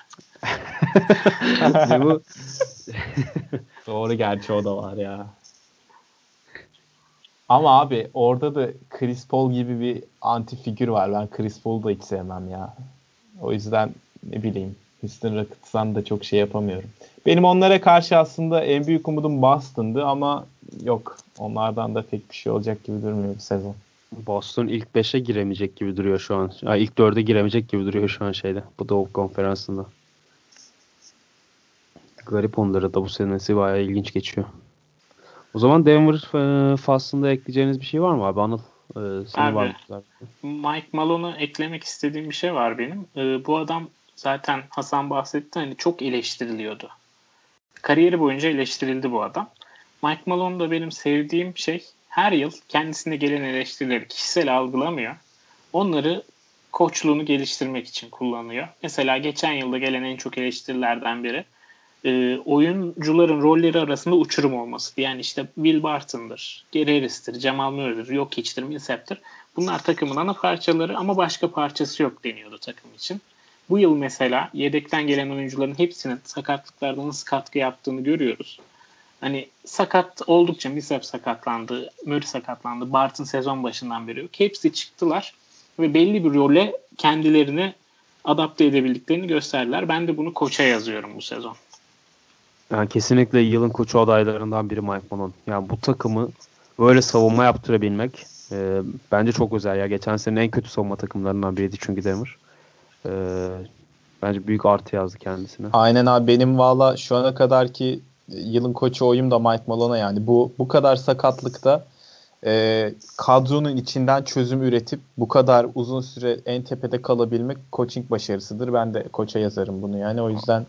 ne bu? Doğru, gerçi o da var ya. Ama abi orada da Chris Paul gibi bir anti figür var. Ben Chris Paul'u da hiç sevmem ya. O yüzden ne bileyim, Houston Rockets'tan da çok şey yapamıyorum. Benim onlara karşı aslında en büyük umudum Boston'dı ama yok. Onlardan da pek bir şey olacak gibi durmuyor bu sezon. Boston ilk beşe giremeyecek gibi duruyor şu an. Ay, ilk dörde giremeyecek gibi duruyor şu an şeyde. Bu Doğu Konferansı'nda. Garip, onları da bu senesi bayağı ilginç geçiyor. O zaman Denver e, faslında ekleyeceğiniz bir şey var mı abi? Anıl, e, senin var Abi mı güzel? Mike Malone'a eklemek istediğim bir şey var benim. Ee, bu adam zaten Hasan bahsetti, hani çok eleştiriliyordu. Kariyeri boyunca eleştirildi bu adam. Mike Malone da benim sevdiğim şey, her yıl kendisine gelen eleştirileri kişisel algılamıyor. Onları koçluğunu geliştirmek için kullanıyor. Mesela geçen yılda gelen en çok eleştirilerden biri e, oyuncuların rolleri arasında uçurum olması. Yani işte Will Barton'dır, Gary Harris'tir, Jamal Murray'dir, Jokic'tir, Millsap'tir. Bunlar takımın ana parçaları ama başka parçası yok deniyordu takım için. Bu yıl mesela yedekten gelen oyuncuların hepsinin sakatlıklarda nasıl katkı yaptığını görüyoruz. Hani sakat oldukça Millsap sakatlandı, Murray sakatlandı, Barton sezon başından beri yok. Hepsi çıktılar ve belli bir role kendilerini adapte edebildiklerini gösterdiler. Ben de bunu koça yazıyorum bu sezon. Yani kesinlikle yılın koçu adaylarından biri Mike Malone. Yani bu takımı böyle savunma yaptırabilmek e, bence çok özel ya. Geçen sene en kötü savunma takımlarından biriydi çünkü Denver. E, bence büyük artı yazdı kendisine. Aynen abi, benim valla şu ana kadarki yılın koçu oyum da Mike Malone'a yani. Bu bu kadar sakatlıkta e, kadronun içinden çözüm üretip bu kadar uzun süre en tepede kalabilmek coaching başarısıdır. Ben de koça yazarım bunu yani, o yüzden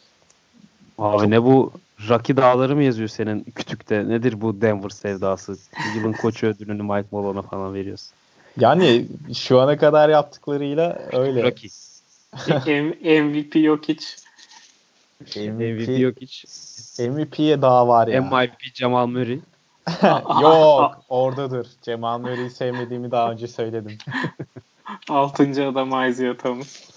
Abi çok. ne bu, Rocky Dağları mı yazıyor senin kütükte? Nedir bu Denver sevdası? Yılın koçu ödülünü Mike Malone'a falan veriyorsun. Yani şu ana kadar yaptıklarıyla öyle. Rocky. M V P yok hiç. M V P M V P yok hiç. M V P'ye daha var ya. M I P Jamal Murray. Yok, oradadır. Cemal Murray'i sevmediğimi daha önce söyledim. Altıncı adam Isaiah Thomas.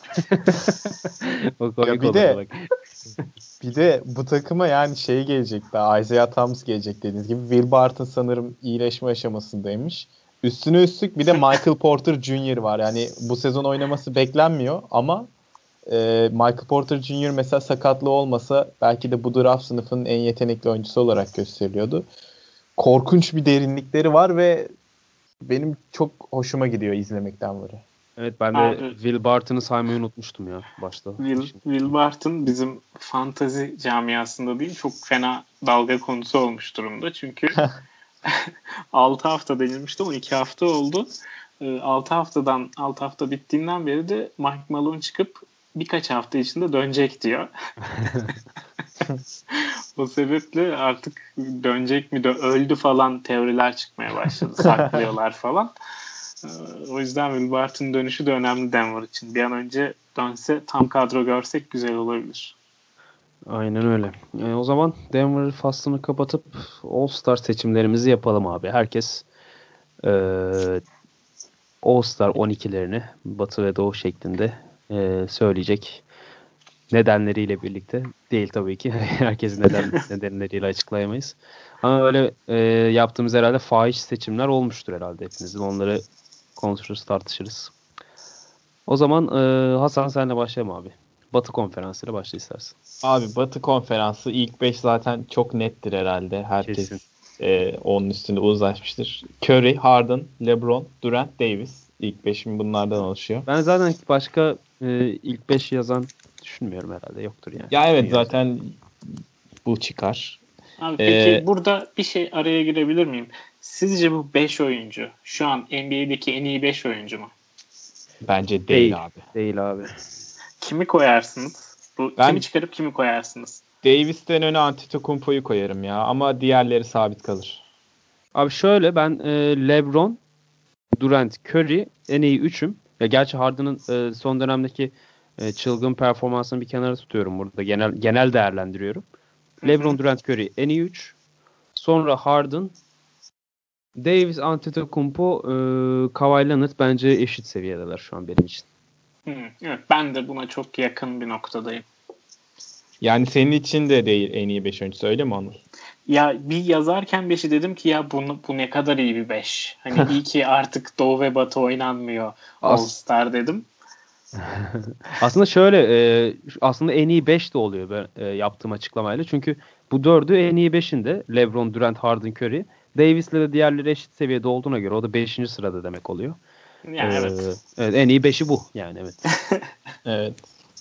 O Ya komik bir olurdu de bak. bir de bu takıma yani şey gelecek, daha Isaiah Thomas gelecek dediğiniz gibi. Will Barton sanırım iyileşme aşamasındaymış. Üstüne üstlük bir de Michael Porter Junior var. Yani bu sezon oynaması beklenmiyor ama e, Michael Porter Junior mesela sakatlığı olmasa belki de bu draft sınıfının en yetenekli oyuncusu olarak gösteriliyordu. Korkunç bir derinlikleri var ve benim çok hoşuma gidiyor izlemekten böyle. Evet, ben de Abi Will Barton'ı saymayı unutmuştum ya başta. Will, Şimdi. Will Barton bizim fantazi camiasında değil, çok fena dalga konusu olmuş durumda. Çünkü altı hafta denilmişti ama iki hafta oldu. altı haftadan altı hafta bittiğinden beri de Mike Malone çıkıp birkaç hafta içinde dönecek diyor. O sebeple artık dönecek mi de öldü falan teoriler çıkmaya başladı. Saklıyorlar falan. O yüzden Will Barton dönüşü de önemli Denver için. Bir an önce dönse tam kadro görsek güzel olabilir. Aynen öyle. Yani o zaman Denver faslını kapatıp All-Star seçimlerimizi yapalım abi. Herkes e, All-Star on ikilerini Batı ve Doğu şeklinde e, söyleyecek. Nedenleriyle birlikte. Değil tabii ki. Herkesin neden, nedenleriyle açıklayamayız. Ama öyle e, yaptığımız herhalde fahiş seçimler olmuştur herhalde hepinizin. Onları konuşuruz, tartışırız. O zaman e, Hasan senle başlayalım abi. Batı konferansıyla başla istersen. Abi Batı konferansı ilk beş zaten çok nettir herhalde. Herkes e, onun üstünde uzlaşmıştır. Curry, Harden, LeBron, Durant, Davis. İlk beşim bunlardan oluşuyor. Ben zaten başka e, ilk beş yazan düşünmüyorum herhalde. Yoktur yani. Ya evet Dünya zaten üzerinde. Bu çıkar. Abi ee, peki burada bir şey araya girebilir miyim? Sizce bu beş oyuncu şu an N B A'deki en iyi beş oyuncu mu? Bence değil, değil abi. Değil abi. Kimi koyarsınız? Bu Ben kimi çıkarıp kimi koyarsınız? Davis'ten öne Antetokounmpo'yu koyarım ya. Ama diğerleri sabit kalır. Abi şöyle ben e, LeBron, Durant, Curry en iyi üçüm. Ya gerçi Harden'ın e, son dönemdeki e, çılgın performansını bir kenara tutuyorum burada. Genel genel değerlendiriyorum. Hı LeBron, hı. Durant, Curry en iyi üç. Sonra Harden, Davis, Antetokounmpo, e, Kawhi Leonard bence eşit seviyedeler şu an benim için. Hı, evet, ben de buna çok yakın bir noktadayım. Yani senin için de değil en iyi beş oyuncusu öyle mi Anıl? Ya bir yazarken beşi dedim ki ya bunu, bu ne kadar iyi bir beş. Hani iyi ki artık Doğu ve Batı oynanmıyor All Star dedim. Aslında şöyle e, aslında en iyi beş de oluyor ben e, yaptığım açıklamayla. Çünkü bu dördü en iyi beşinde LeBron, Durant, Harden, Curry. Davis'le de diğerleri eşit seviyede olduğuna göre o da beşinci sırada demek oluyor. Ya Ee, evet. evet. En iyi beşi bu yani evet. Evet.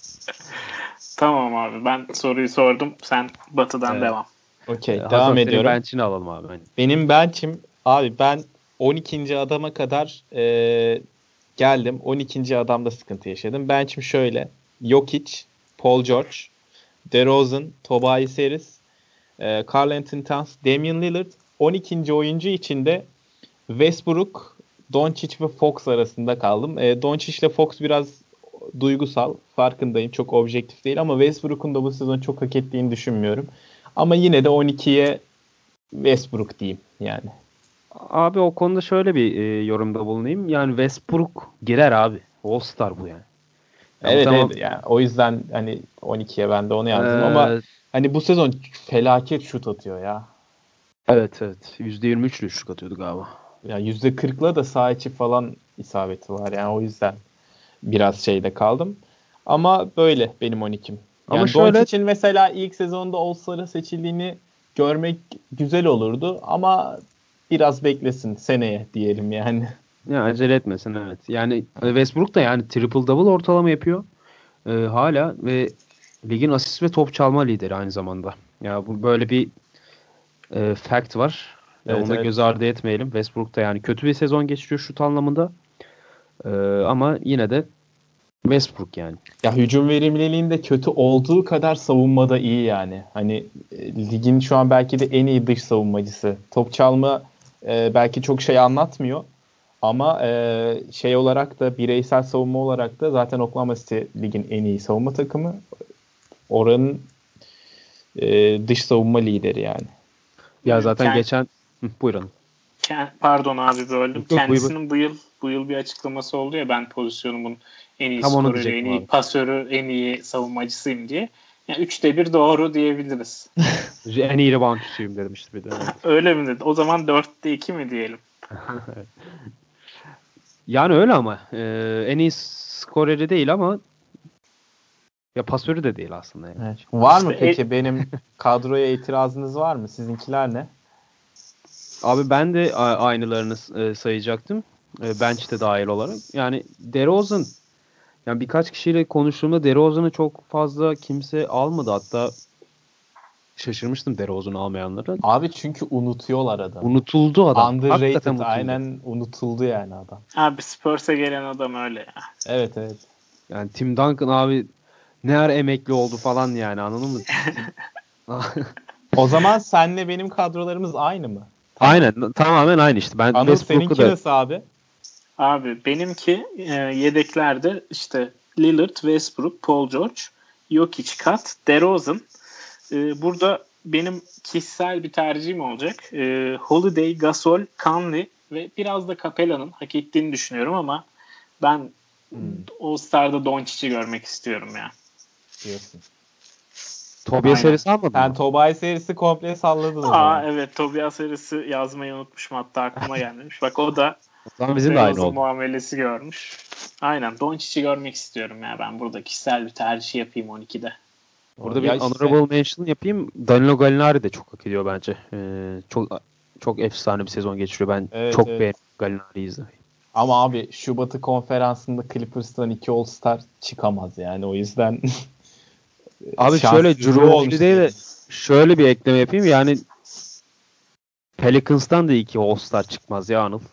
Tamam abi ben soruyu sordum. Sen Batı'dan Ee, devam. Okey. Hasan Devam senin ediyorum. bench'ini alalım abi. Hani. Benim bench'im abi ben on ikinci adama kadar e, geldim. on ikinci adamda sıkıntı yaşadım. Bench'im şöyle. Jokic, Paul George, DeRozan, Tobias Harris, e, Karl Anthony Towns, Damian Lillard. on ikinci oyuncu içinde Westbrook, Doncic ve Fox arasında kaldım. E, Doncic ile Fox biraz duygusal. Farkındayım. Çok objektif değil ama Westbrook'un da bu sezon çok hak ettiğini düşünmüyorum. Ama yine de on ikiye Westbrook diyeyim yani. Abi o konuda şöyle bir e, yorumda bulunayım. Yani Westbrook girer abi. All-Star bu yani. Ya bu Evet tamam. evet yani o yüzden hani on ikiye ben de onu yazdım ama Ee, hani bu sezon felaket şut atıyor ya. evet evet. yüzde yirmi üçle şut atıyordu galiba. Ya yüzde kırkla da sağ içi falan isabeti var yani o yüzden biraz şeyde kaldım. Ama böyle benim on ikim. Ama Yani şöyle Doncic'in mesela ilk sezonda All-Star'a seçildiğini görmek güzel olurdu ama biraz beklesin seneye diyelim yani. ya acele etmesin evet. Yani Westbrook da yani triple double ortalama yapıyor. Ee, hala ve ligin asist ve top çalma lideri aynı zamanda. Ya bu böyle bir e, fact var. E, Evet onu da göz evet. ardı etmeyelim. Westbrook da yani kötü bir sezon geçiriyor şut anlamında. E, ama yine de Westbrook yani. Ya hücum verimliliğinde kötü olduğu kadar savunmada iyi yani. Hani e, ligin şu an belki de en iyi dış savunmacısı. Top çalma e, belki çok şey anlatmıyor. Ama e, şey olarak da bireysel savunma olarak da zaten Oklahoma City ligin en iyi savunma takımı. Oranın e, dış savunma lideri yani. Ya zaten Kend, geçen Hı, buyurun. kend, pardon abi böldüm. Yok yok buyur, buyur. Kendisinin bu yıl bu yıl bir açıklaması oldu ya ben pozisyonumun en iyi Tam onu skoreri, en diyecektim iyi abi. pasörü, en iyi savunmacısıyım diye. Yani üçte bir doğru diyebiliriz. En iyi reboundçısıyım demişti bir de. Evet. Öyle mi dedi? O zaman dörtte iki mi diyelim? Yani öyle ama e, en iyi skoreri değil ama ya pasörü de değil aslında yani. Evet. Var İşte mı e, peki benim kadroya itirazınız var mı? Sizinkiler ne? Abi ben de a- aynılarını e, sayacaktım. E, bench'te dahil olarak. Yani DeRozan yani birkaç kişiyle konuştuğumda DeRozan'ı çok fazla kimse almadı. Hatta şaşırmıştım DeRozan'ı almayanlara. Abi çünkü unutuyorlar adamı. Unutuldu adam. Underrated, Hakikaten unutuldu. aynen unutuldu yani adam. Abi Spurs'a gelen adam öyle ya. Evet evet. Yani Tim Duncan abi ne ara emekli oldu falan yani, anladın mı? O zaman senle benim kadrolarımız aynı mı? Tamam. Aynen, tamamen aynı işte. Ben Anıl Westbrook'u seninki da nasıl abi? Abi benimki e, yedeklerde işte Lillard, Westbrook, Paul George, Jokic, Kat, DeRozan. E, burada benim kişisel bir tercihim olacak. E, Holiday, Gasol, Conley ve biraz da Capella'nın hak ettiğini düşünüyorum ama ben hmm. All-Star'da Doncic'i görmek istiyorum ya. Diyorsun. Tobias serisi almadın Sen mı? Tobias serisi komple salladın o Aa, zaman. evet, Tobias serisi yazmayı unutmuşum, hatta aklıma gelmemiş. Bak o da O zaman bizim de aynı oldu. muamelesi görmüş. Aynen, Doncic'i görmek istiyorum ya, ben burada kişisel bir tercih yapayım on ikide. Burada ya bir işte... honorable mention yapayım. Danilo Gallinari de çok hak ediyor bence. Ee, çok çok efsane bir sezon geçiriyor. Ben evet, çok evet. beğendim Gallinari'yi izlemeyi. Ama abi şu Batı konferansında Clippers'tan iki All-Star çıkamaz yani, o yüzden abi şöyle Drew Holiday'e de şöyle bir ekleme yapayım. Yani Pelicans'tan da iki All-Star çıkmaz ya Anıl.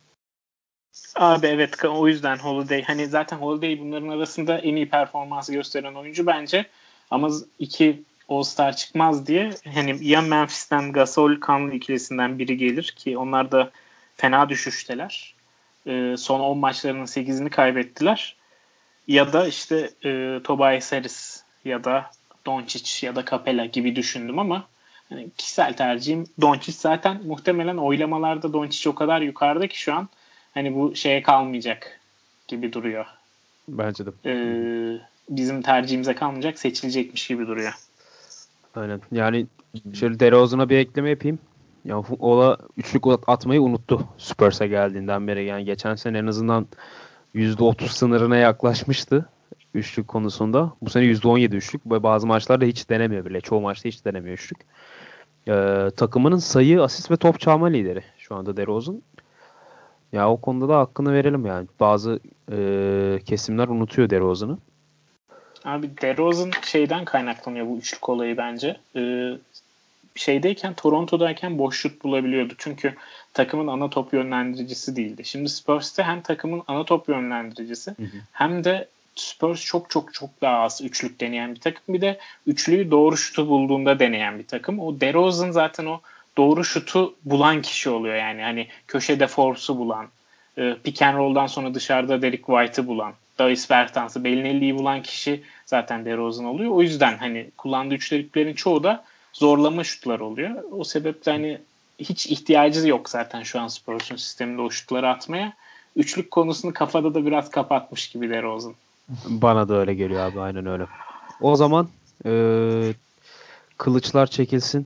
Abi evet, o yüzden Holiday, hani zaten Holiday bunların arasında en iyi performansı gösteren oyuncu bence, ama iki All-Star çıkmaz diye hani ya Memphis'ten Gasol Conley ikilisinden biri gelir ki onlar da fena düşüşteler. Ee, son on maçlarının sekizini kaybettiler. Ya da işte e, Tobias Harris ya da Doncic ya da Capella gibi düşündüm ama hani kişisel tercihim Doncic. Zaten muhtemelen oylamalarda Doncic o kadar yukarıda ki şu an hani bu şeye kalmayacak gibi duruyor. Bence de. Ee, bizim tercihimize kalmayacak, seçilecekmiş gibi duruyor. Aynen. Yani şöyle DeRozan'a bir ekleme yapayım. Ya Ola üçlük atmayı unuttu Spurs'a geldiğinden beri. Yani geçen sene en azından yüzde otuz sınırına yaklaşmıştı üçlük konusunda. Bu sene yüzde on yedi üçlük ve bazı maçlarda hiç denemiyor bile. Çoğu maçta hiç denemiyor üçlük. Ee, takımının sayı, asist ve top çalma lideri şu anda DeRozan. Ya o konuda da hakkını verelim yani. Bazı e, kesimler unutuyor DeRozan'ı. Abi DeRozan şeyden kaynaklanıyor bu üçlük olayı bence. Ee, şeydeyken, Toronto'dayken boş şut bulabiliyordu. Çünkü takımın ana top yönlendiricisi değildi. Şimdi Spurs'te hem takımın ana top yönlendiricisi hı hı. hem de Spurs çok çok çok daha az üçlük deneyen bir takım. Bir de üçlüyü doğru şutu bulduğunda deneyen bir takım. O DeRozan zaten o doğru şutu bulan kişi oluyor yani. Hani köşede Forbes'u bulan, pick and roll'dan sonra dışarıda Derek White'ı bulan, Davis Bertans'ı, Bellinelli'yi bulan kişi zaten DeRozan oluyor. O yüzden hani kullandığı üçlüklerin çoğu da zorlama şutlar oluyor. O sebeple hani hiç ihtiyacı yok zaten şu an Spurs'un sisteminde o şutları atmaya. Üçlük konusunu kafada da biraz kapatmış gibi DeRozan. Bana da öyle geliyor abi, aynen öyle. O zaman ee, kılıçlar çekilsin.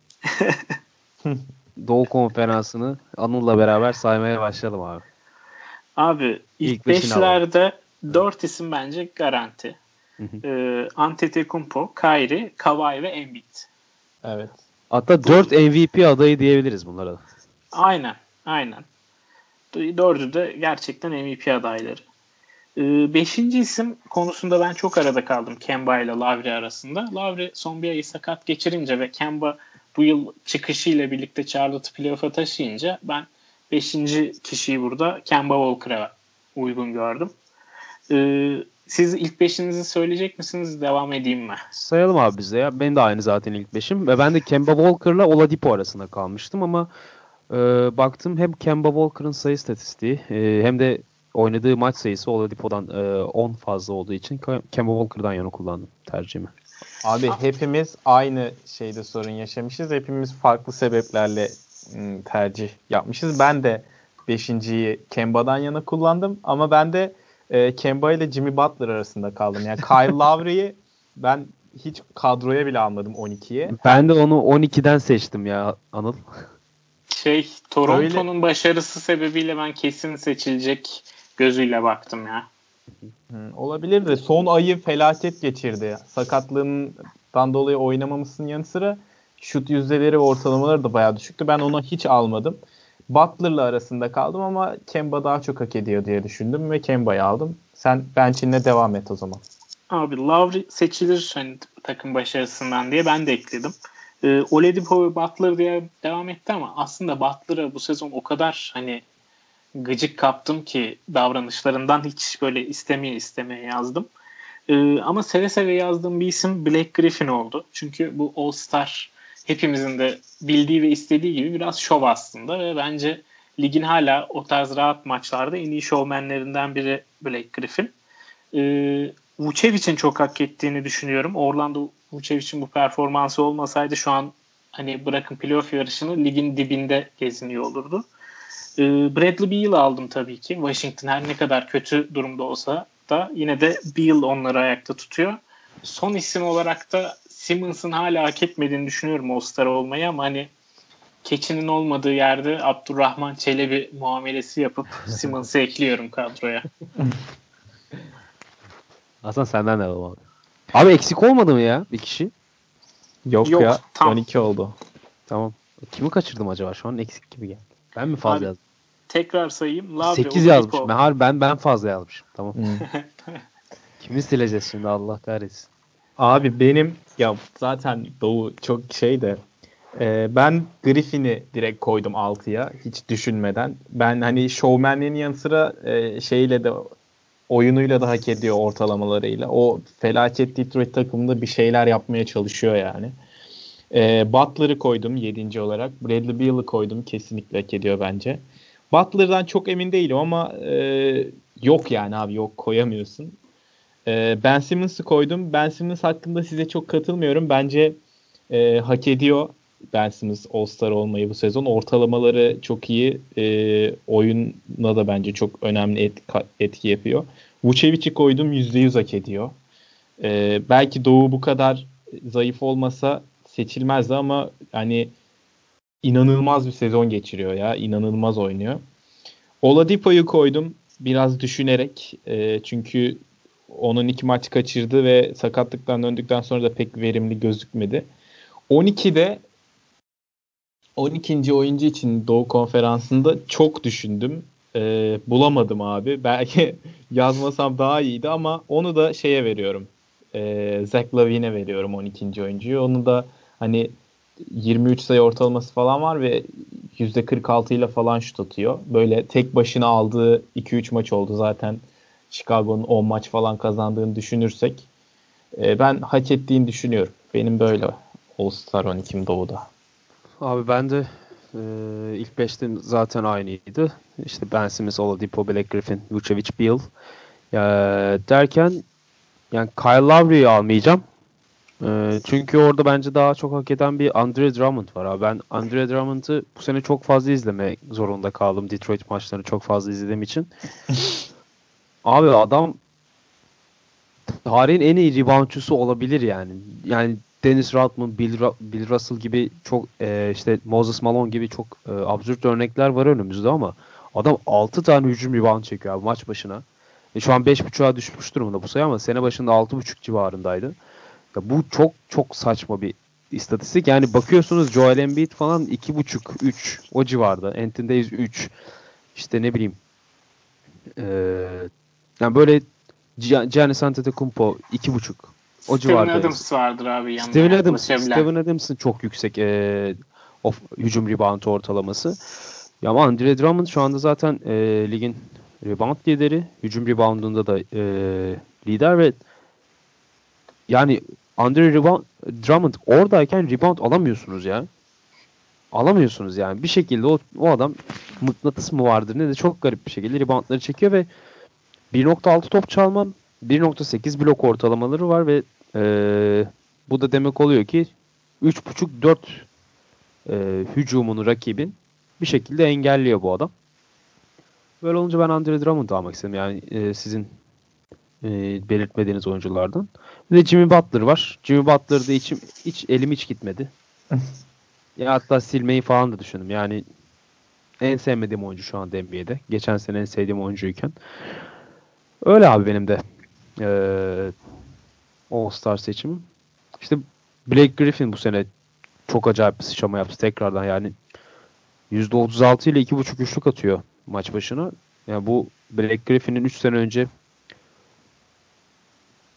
Doğu Konferansı'nı Anıl'la beraber saymaya başlayalım abi. Abi ilk, ilk beşlerde dört isim bence garanti. ee, Antetokounmpo, Kyrie, Kawhi ve Embiid. Evet. Hatta dört M V P adayı diyebiliriz bunlara. Aynen, aynen. Dördü de gerçekten M V P adayları. Ee, beşinci isim konusunda ben çok arada kaldım Kemba ile Lowry arasında. Lowry son bir ayı sakat geçirince ve Kemba bu yıl çıkışıyla birlikte Charlotte'ı playoff'a taşıyınca ben beşinci kişiyi burada Kemba Walker'a uygun gördüm. Ee, siz ilk beşinizi söyleyecek misiniz? Devam edeyim mi? Sayalım abi bize ya. Benim de aynı zaten ilk beşim. Ve ben de Kemba Walker'la Oladipo arasında kalmıştım ama e, baktım hem Kemba Walker'ın sayı statistiği e, hem de oynadığı maç sayısı Oladipo'dan e, on fazla olduğu için Kemba Walker'dan yana kullandım tercihimi. Abi hepimiz aynı şeyde sorun yaşamışız. Hepimiz farklı sebeplerle tercih yapmışız. Ben de beşinciyi Kemba'dan yana kullandım ama ben de e, Kemba ile Jimmy Butler arasında kaldım. Yani Kyle Lowry'yi ben hiç kadroya bile almadım on ikiye. Ben Hem... de onu on ikiden seçtim ya Anıl. Şey, Toronto'nun Öyle... başarısı sebebiyle ben kesin seçilecek gözüyle baktım ya. Hı, olabilir de son ayı felaket geçirdi. Sakatlığından dolayı oynamamasının yanı sıra şut yüzdeleri ve ortalamaları da bayağı düşüktü. Ben onu hiç almadım. Butler'la arasında kaldım ama Kemba daha çok hak ediyor diye düşündüm ve Kemba'yı aldım. Sen bench'inle devam et o zaman. Abi Lowry seçilir hani takım başarısından diye ben de ekledim. e, Oladipo ve Butler diye devam etti ama aslında Butler'a bu sezon o kadar hani gıcık kaptım ki davranışlarından hiç böyle istemeye istemeye yazdım. E, ama seve seve yazdığım bir isim Blake Griffin oldu. Çünkü bu All-Star hepimizin de bildiği ve istediği gibi biraz şov aslında ve bence ligin hala o tarz rahat maçlarda en iyi şovmenlerinden biri Blake Griffin. Ee, Vucevic'in çok hak ettiğini düşünüyorum. Orlando Vucevic'in bu performansı olmasaydı şu an hani bırakın playoff yarışını ligin dibinde geziniyor olurdu. Ee, Bradley Beal aldım tabii ki. Washington her ne kadar kötü durumda olsa da yine de Beal onları ayakta tutuyor. Son isim olarak da Simmons'ın hala hak etmediğini düşünüyorum All-Star olmayı ama hani keçinin olmadığı yerde Abdurrahman Çelebi muamelesi yapıp Simmons'ı ekliyorum kadroya. Hasan senden de alalım abi. Abi eksik olmadı mı ya bir kişi? Yok, Yok, ya tam. on iki oldu. Tamam. Kimi kaçırdım acaba? Şu an eksik gibi geldi. Ben mi fazla Abi, yazdım? tekrar sayayım. Lavre, sekiz Oladipo. yazmışım. Ben, harbi ben, ben fazla yazmışım. Tamam. Hmm. Kimi sileceğiz şimdi Allah kahretsin. Abi benim ya zaten Doğu çok şey de e, ben Griffin'i direkt koydum altıya hiç düşünmeden. Ben hani şovmenliğin yanı sıra e, şeyle de oyunuyla da hak ediyor ortalamalarıyla. O felaket Detroit takımında bir şeyler yapmaya çalışıyor yani. E, Butler'ı koydum yedinci olarak. Bradley Beal'ı koydum. Kesinlikle hak ediyor bence. Butler'dan çok emin değilim ama e, yok yani abi yok koyamıyorsun. E, Ben Simmons'ı koydum. Ben Simmons hakkında size çok katılmıyorum. Bence e, hak ediyor Ben Simmons All-Star olmayı bu sezon. Ortalamaları çok iyi. E, oyuna da bence çok önemli et, etki yapıyor. Vucevic'i koydum. yüzde yüz hak ediyor. E, belki Doğu bu kadar zayıf olmasa seçilmezdi ama hani inanılmaz bir sezon geçiriyor ya. İnanılmaz oynuyor. Oladipo'yu koydum biraz düşünerek. E, çünkü onun iki maç kaçırdı ve sakatlıktan döndükten sonra da pek verimli gözükmedi. on ikide on ikinci oyuncu için Doğu Konferansı'nda çok düşündüm. E, bulamadım abi. Belki yazmasam daha iyiydi ama onu da şeye veriyorum. E, Zach LaVine'e veriyorum on ikinci oyuncuyu. Onu da hani yirmi üç sayı ortalaması falan var ve yüzde kırk altı ile falan şut atıyor. Böyle tek başına aldığı iki üç maç oldu zaten. Chicago'nun on maç falan kazandığını düşünürsek e, ben hak ettiğini düşünüyorum. Benim böyle All-Star on ikim Doğu'da. Abi ben de e, ilk beşte zaten aynıydı. İşte Ben Simmons, Oladipo, Blake Griffin, Vucevic, Beal. Ya, derken yani Kyle Lowry'yi almayacağım. E, çünkü orada bence daha çok hak eden bir Andre Drummond var abi. Ben Andre Drummond'ı bu sene çok fazla izleme zorunda kaldım. Detroit maçlarını çok fazla izlediğim için. Abi adam tarihin en iyi reboundçusu olabilir yani. Yani Dennis Rodman, Bill, Ru- Bill Russell gibi çok e, işte Moses Malone gibi çok e, absürt örnekler var önümüzde ama adam altı tane hücum rebound çekiyor abi maç başına. E, şu an beş buçuğa düşmüş durumda bu sayı ama sene başında altı buçuk civarındaydı. Ya bu çok çok saçma bir istatistik. Yani bakıyorsunuz Joel Embiid falan iki buçuk üç o civarda. Anthony Davis üç. İşte ne bileyim. E, yani böyle Gian- Giannis Antetokounmpo iki buçuk. O Steven civarda. Adams vardır abi yanına Steven Adams, yaklaşabilen. Steven Adams'ın çok yüksek e, of, hücum rebound ortalaması. Ya ama Andre Drummond şu anda zaten e, ligin rebound lideri. Hücum reboundunda da e, lider ve yani Andre rebound, Drummond oradayken rebound alamıyorsunuz ya. Alamıyorsunuz yani. Bir şekilde o, o adam mıknatıs mı vardır ne de çok garip bir şekilde reboundları çekiyor ve bir nokta altı top çalma, bir nokta sekiz blok ortalamaları var ve e, bu da demek oluyor ki üç buçuk dört e, hücumunu rakibin bir şekilde engelliyor bu adam. Böyle olunca ben Andre Drummond'u almak istedim. Yani e, sizin e, belirtmediğiniz oyunculardan. Bir de Jimmy Butler var. Jimmy Butler'da içim hiç elim hiç gitmedi. Ya hatta silmeyi falan da düşündüm. Yani en sevmediğim oyuncu şu anda N B A'de. Geçen sene en sevdiğim oyuncuyken. Öyle abi benim de. Ee, All-Star seçimim. İşte Blake Griffin bu sene çok acayip bir sıçrama yaptı tekrardan yani yüzde otuz altı ile iki buçuk üçlük atıyor maç başına. Yani bu Blake Griffin'in üç sene önce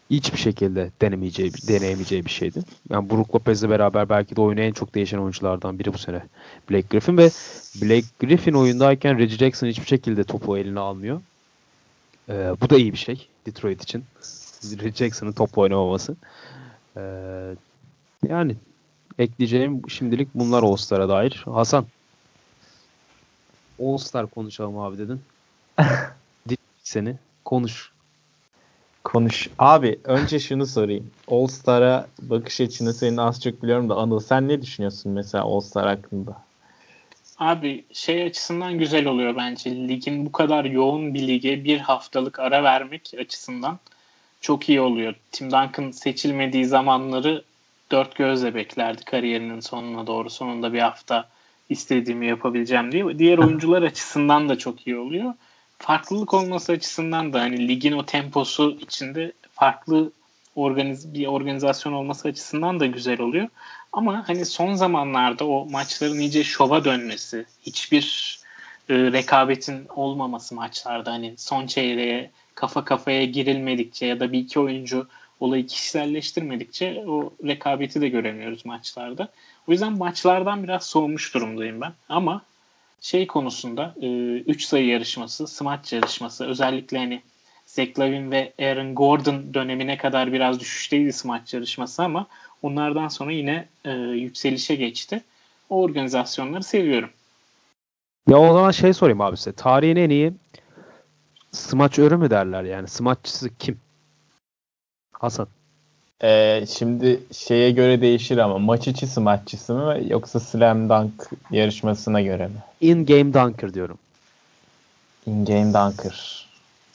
hiçbir şekilde denemeyeceği, deneyemeyeceği bir şeydi. Yani Brook Lopez'le beraber belki de oyunu en çok değişen oyunculardan biri bu sene Blake Griffin ve Blake Griffin oyundayken Reggie Jackson hiçbir şekilde topu eline almıyor. Ee, bu da iyi bir şey Detroit için. Reggie Jackson'ın topla oynamaması. Ee, yani ekleyeceğim şimdilik bunlar All-Star'a dair. Hasan, All-Star konuşalım abi dedin. Dinledik seni. Konuş. Konuş. Abi önce şunu sorayım. All-Star'a bakış açını senin az çok biliyorum da Anıl sen ne düşünüyorsun mesela All-Star hakkında? Abi şey açısından güzel oluyor bence. Ligin bu kadar yoğun bir lige bir haftalık ara vermek açısından çok iyi oluyor. Tim Duncan seçilmediği zamanları dört gözle beklerdi kariyerinin sonuna doğru. Sonunda bir hafta istediğimi yapabileceğim diye. Diğer oyuncular açısından da çok iyi oluyor. Farklılık olması açısından da hani ligin o temposu içinde farklı organiz bir organizasyon olması açısından da güzel oluyor. Ama hani son zamanlarda o maçların iyice şova dönmesi, hiçbir e, rekabetin olmaması maçlarda hani son çeyreğe kafa kafaya girilmedikçe ya da bir iki oyuncu olayı kişiselleştirmedikçe o rekabeti de göremiyoruz maçlarda. O yüzden maçlardan biraz soğumuş durumdayım ben. Ama şey konusunda üç sayı yarışması, smaç yarışması özellikle hani Zach Lavine ve Aaron Gordon dönemine kadar biraz düşüşteydi smaç yarışması ama onlardan sonra yine e, yükselişe geçti. O organizasyonları seviyorum. Ya o zaman şey sorayım abi size. Tarihin en iyi smaçörü mü derler yani? Smaççısı kim? Hasan. Ee, şimdi şeye göre değişir ama maç içi smaççısı mı yoksa slam dunk yarışmasına göre mi? In-game dunker diyorum. In-game dunker.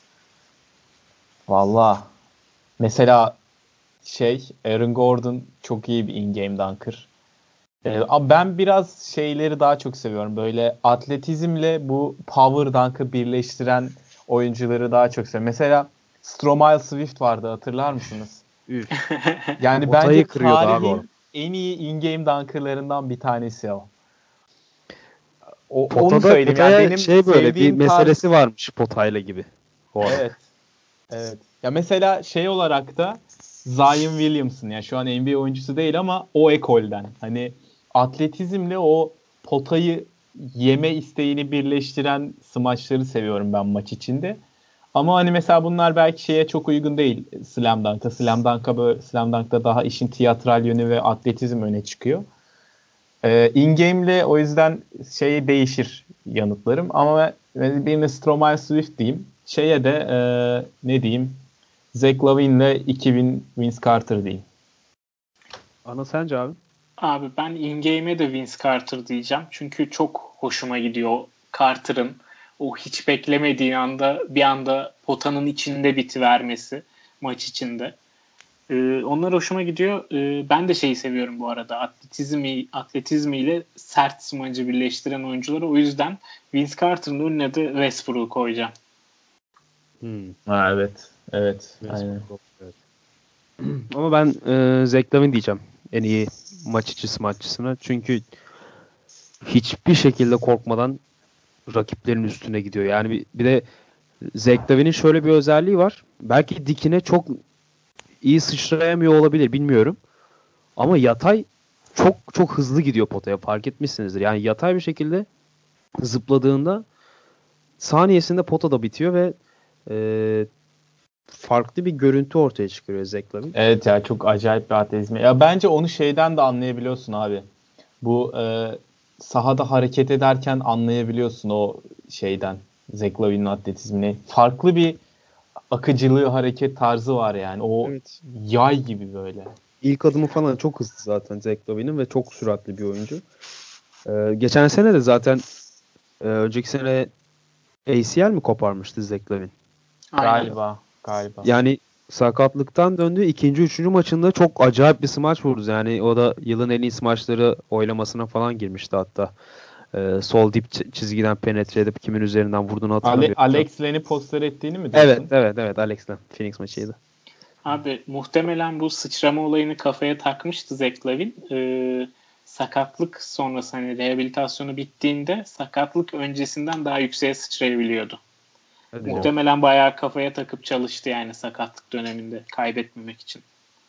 Valla mesela şey Aaron Gordon çok iyi bir in-game dunker. Ee, ama ben biraz şeyleri daha çok seviyorum. Böyle atletizmle bu power dunk'ı birleştiren oyuncuları daha çok seviyorum. Mesela Stromile Swift vardı, hatırlar mısınız? Üf. Yani Potayı bence kırıyordu abi o. tarihin en iyi in-game dunker'larından bir tanesi o. O onu Potada, söyleyeyim. Yani potaya benim şey böyle bir sevdiğim tarz. meselesi varmış potayla gibi. Bu arada. Evet. Evet. Ya mesela şey olarak da Zion Williamson, yani şu an N B A oyuncusu değil ama o ekolden. Hani atletizmle o potayı yeme isteğini birleştiren smaçları seviyorum ben maç içinde. Ama hani mesela bunlar belki şeye çok uygun değil Slam Dunk'a. Slam Dunk'a böyle, Slam Dunk'ta daha işin tiyatral yönü ve atletizm öne çıkıyor. Ee, in-game'le o yüzden şey değişir yanıtlarım. Ama ben birine Stromile Swift diyeyim. Şeye de e, ne diyeyim? Zach Lavine'le iki bin Vince Carter diyeyim. Ana sence abi? Abi ben in-game'e de Vince Carter diyeceğim. Çünkü çok hoşuma gidiyor Carter'ın o hiç beklemediği anda bir anda potanın içinde bitivermesi maç içinde. Ee, onlar hoşuma gidiyor. Ee, ben de şeyi seviyorum bu arada. Atletizmi, atletizmiyle sert smacı birleştiren oyuncuları. O yüzden Vince Carter'ın önüne de Westbrook'u koyacağım. Hmm. Ha, evet. Evet. Aynen. Westbrook, evet. Ama ben e, Zach Lavine diyeceğim. En iyi maç içi smaççısına. Çünkü hiçbir şekilde korkmadan rakiplerin üstüne gidiyor. Yani bir, bir de Zach Lavine'in şöyle bir özelliği var. Belki dikine çok iyi sıçrayamıyor olabilir, bilmiyorum. Ama yatay çok çok hızlı gidiyor potaya, fark etmişsinizdir. Yani yatay bir şekilde zıpladığında saniyesinde potada bitiyor ve e, farklı bir görüntü ortaya çıkarıyor Zach Lavine. Evet ya, çok acayip bir atletizmi. Ya bence onu şeyden de anlayabiliyorsun abi. Bu e, sahada hareket ederken anlayabiliyorsun o şeyden. Zach Lavine'in atletizmini. Farklı bir akıcılığı, hareket tarzı var yani. O Evet. yay gibi böyle. İlk adımı falan çok hızlı zaten Zach Lavine'in ve çok süratli bir oyuncu. Ee, geçen sene de zaten e, önceki sene A C L mi koparmıştı Zach Lavine? Aynen. Galiba. Galiba. Yani sakatlıktan döndüğü ikinci, üçüncü maçında çok acayip bir smaç vurdu. Yani o da yılın en iyi smaçları oylamasına falan girmişti hatta. Ee, sol dip çizgiden penetre edip kimin üzerinden vurduğunu Ale- hatırlamıyorum. Alex Len'i poster ettiğini mi Evet, diyorsun? evet, evet. Alex'le Phoenix maçıydı. Abi muhtemelen bu sıçrama olayını kafaya takmıştı Zach Lavine. Ee, sakatlık sonrası hani rehabilitasyonu bittiğinde sakatlık öncesinden daha yükseğe sıçrayabiliyordu. Hadi Muhtemelen canım. Bayağı kafaya takıp çalıştı yani sakatlık döneminde kaybetmemek için.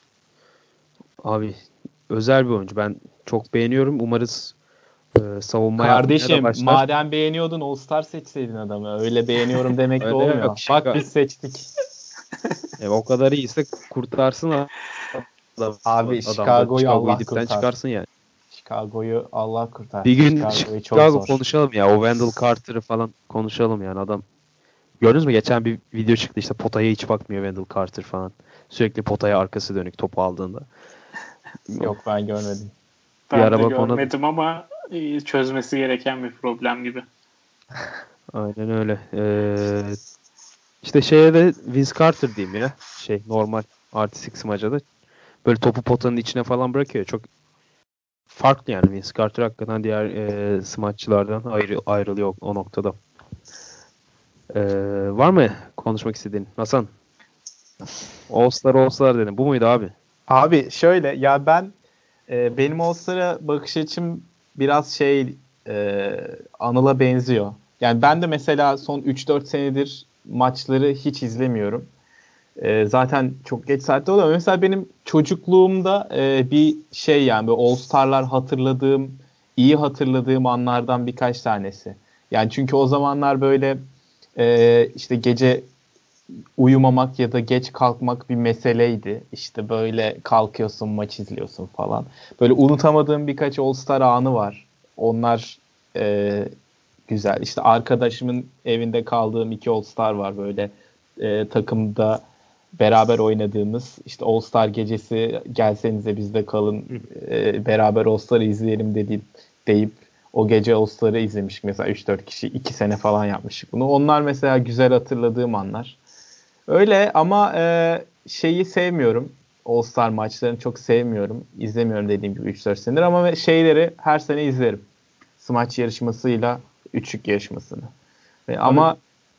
Abi özel bir oyuncu. Ben çok beğeniyorum. Umarız e, savunma Kardeşim madem beğeniyordun All-Star seçseydin adamı. Öyle beğeniyorum demek de olmuyor. Yok, Bak biz seçtik. E, o kadar iyiyse kurtarsın adam. Abi Chicago'yu Allah dipten kurtarsın. çıkarsın yani. Chicago'yu Allah kurtarsın. Bir gün Chicago'yu çok Chicago zor. konuşalım ya. O Wendell Carter'ı falan konuşalım yani adam. Gördünüz mü? Geçen bir video çıktı işte potaya hiç bakmıyor Wendell Carter falan. Sürekli potaya arkası dönük topu aldığında. Yok ben görmedim. Bir ben de görmedim ona... ama çözmesi gereken bir problem gibi. Aynen öyle. Ee, işte şeye de Vince Carter diyeyim ya. Şey normal artistik smacada. Böyle topu potanın içine falan bırakıyor. Çok farklı yani. Vince Carter hakikaten diğer e, smaççılardan ayrı, ayrılıyor o noktada. Ee, var mı konuşmak istediğin? Hasan? All-Star All-Star dedim. Bu muydu abi? Abi şöyle ya ben e, benim All-Star'a bakış açım biraz şey e, Anıl'a benziyor. Yani ben de mesela son üç dört senedir maçları hiç izlemiyorum. E, zaten çok geç saatte oluyor. Mesela benim çocukluğumda e, bir şey yani böyle All-Star'lar hatırladığım, iyi hatırladığım anlardan birkaç tanesi. Yani çünkü o zamanlar böyle e, işte gece uyumamak ya da geç kalkmak bir meseleydi. İşte böyle kalkıyorsun, maç izliyorsun falan. Böyle unutamadığım birkaç All-Star anı var. Onlar e, güzel. İşte arkadaşımın evinde kaldığım iki All-Star var böyle e, takımda beraber oynadığımız. İşte All-Star gecesi gelsenize bizde kalın e, beraber All-Star'ı izleyelim deyip, deyip o gece All-Star'ı izlemiştik. Mesela üç dört kişi iki sene falan yapmıştık bunu. Onlar mesela güzel hatırladığım anlar. Öyle ama e, şeyi sevmiyorum. All-Star maçlarını çok sevmiyorum. İzlemiyorum dediğim gibi üç dört senedir ama şeyleri her sene izlerim. Smaç yarışmasıyla üçlük yarışmasını. E, ama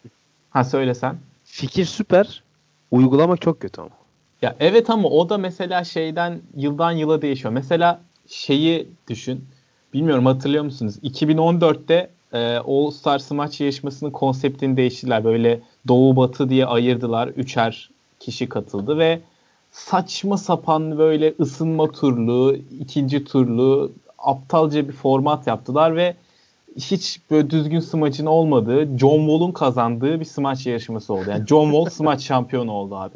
ha söylesen. Fikir süper. Uygulamak çok kötü ama. Ya evet ama o da mesela şeyden yıldan yıla değişiyor. Mesela şeyi düşün. Bilmiyorum hatırlıyor musunuz? iki bin on dörtte e, All Star Smaç yarışmasının konseptini değiştirdiler. Böyle doğu batı diye ayırdılar. Üçer kişi katıldı ve saçma sapan böyle ısınma turlu, ikinci turlu aptalca bir format yaptılar ve hiç böyle düzgün smacın olmadığı, John Wall'un kazandığı bir smaç yarışması oldu. Yani John Wall smaç şampiyonu oldu abi.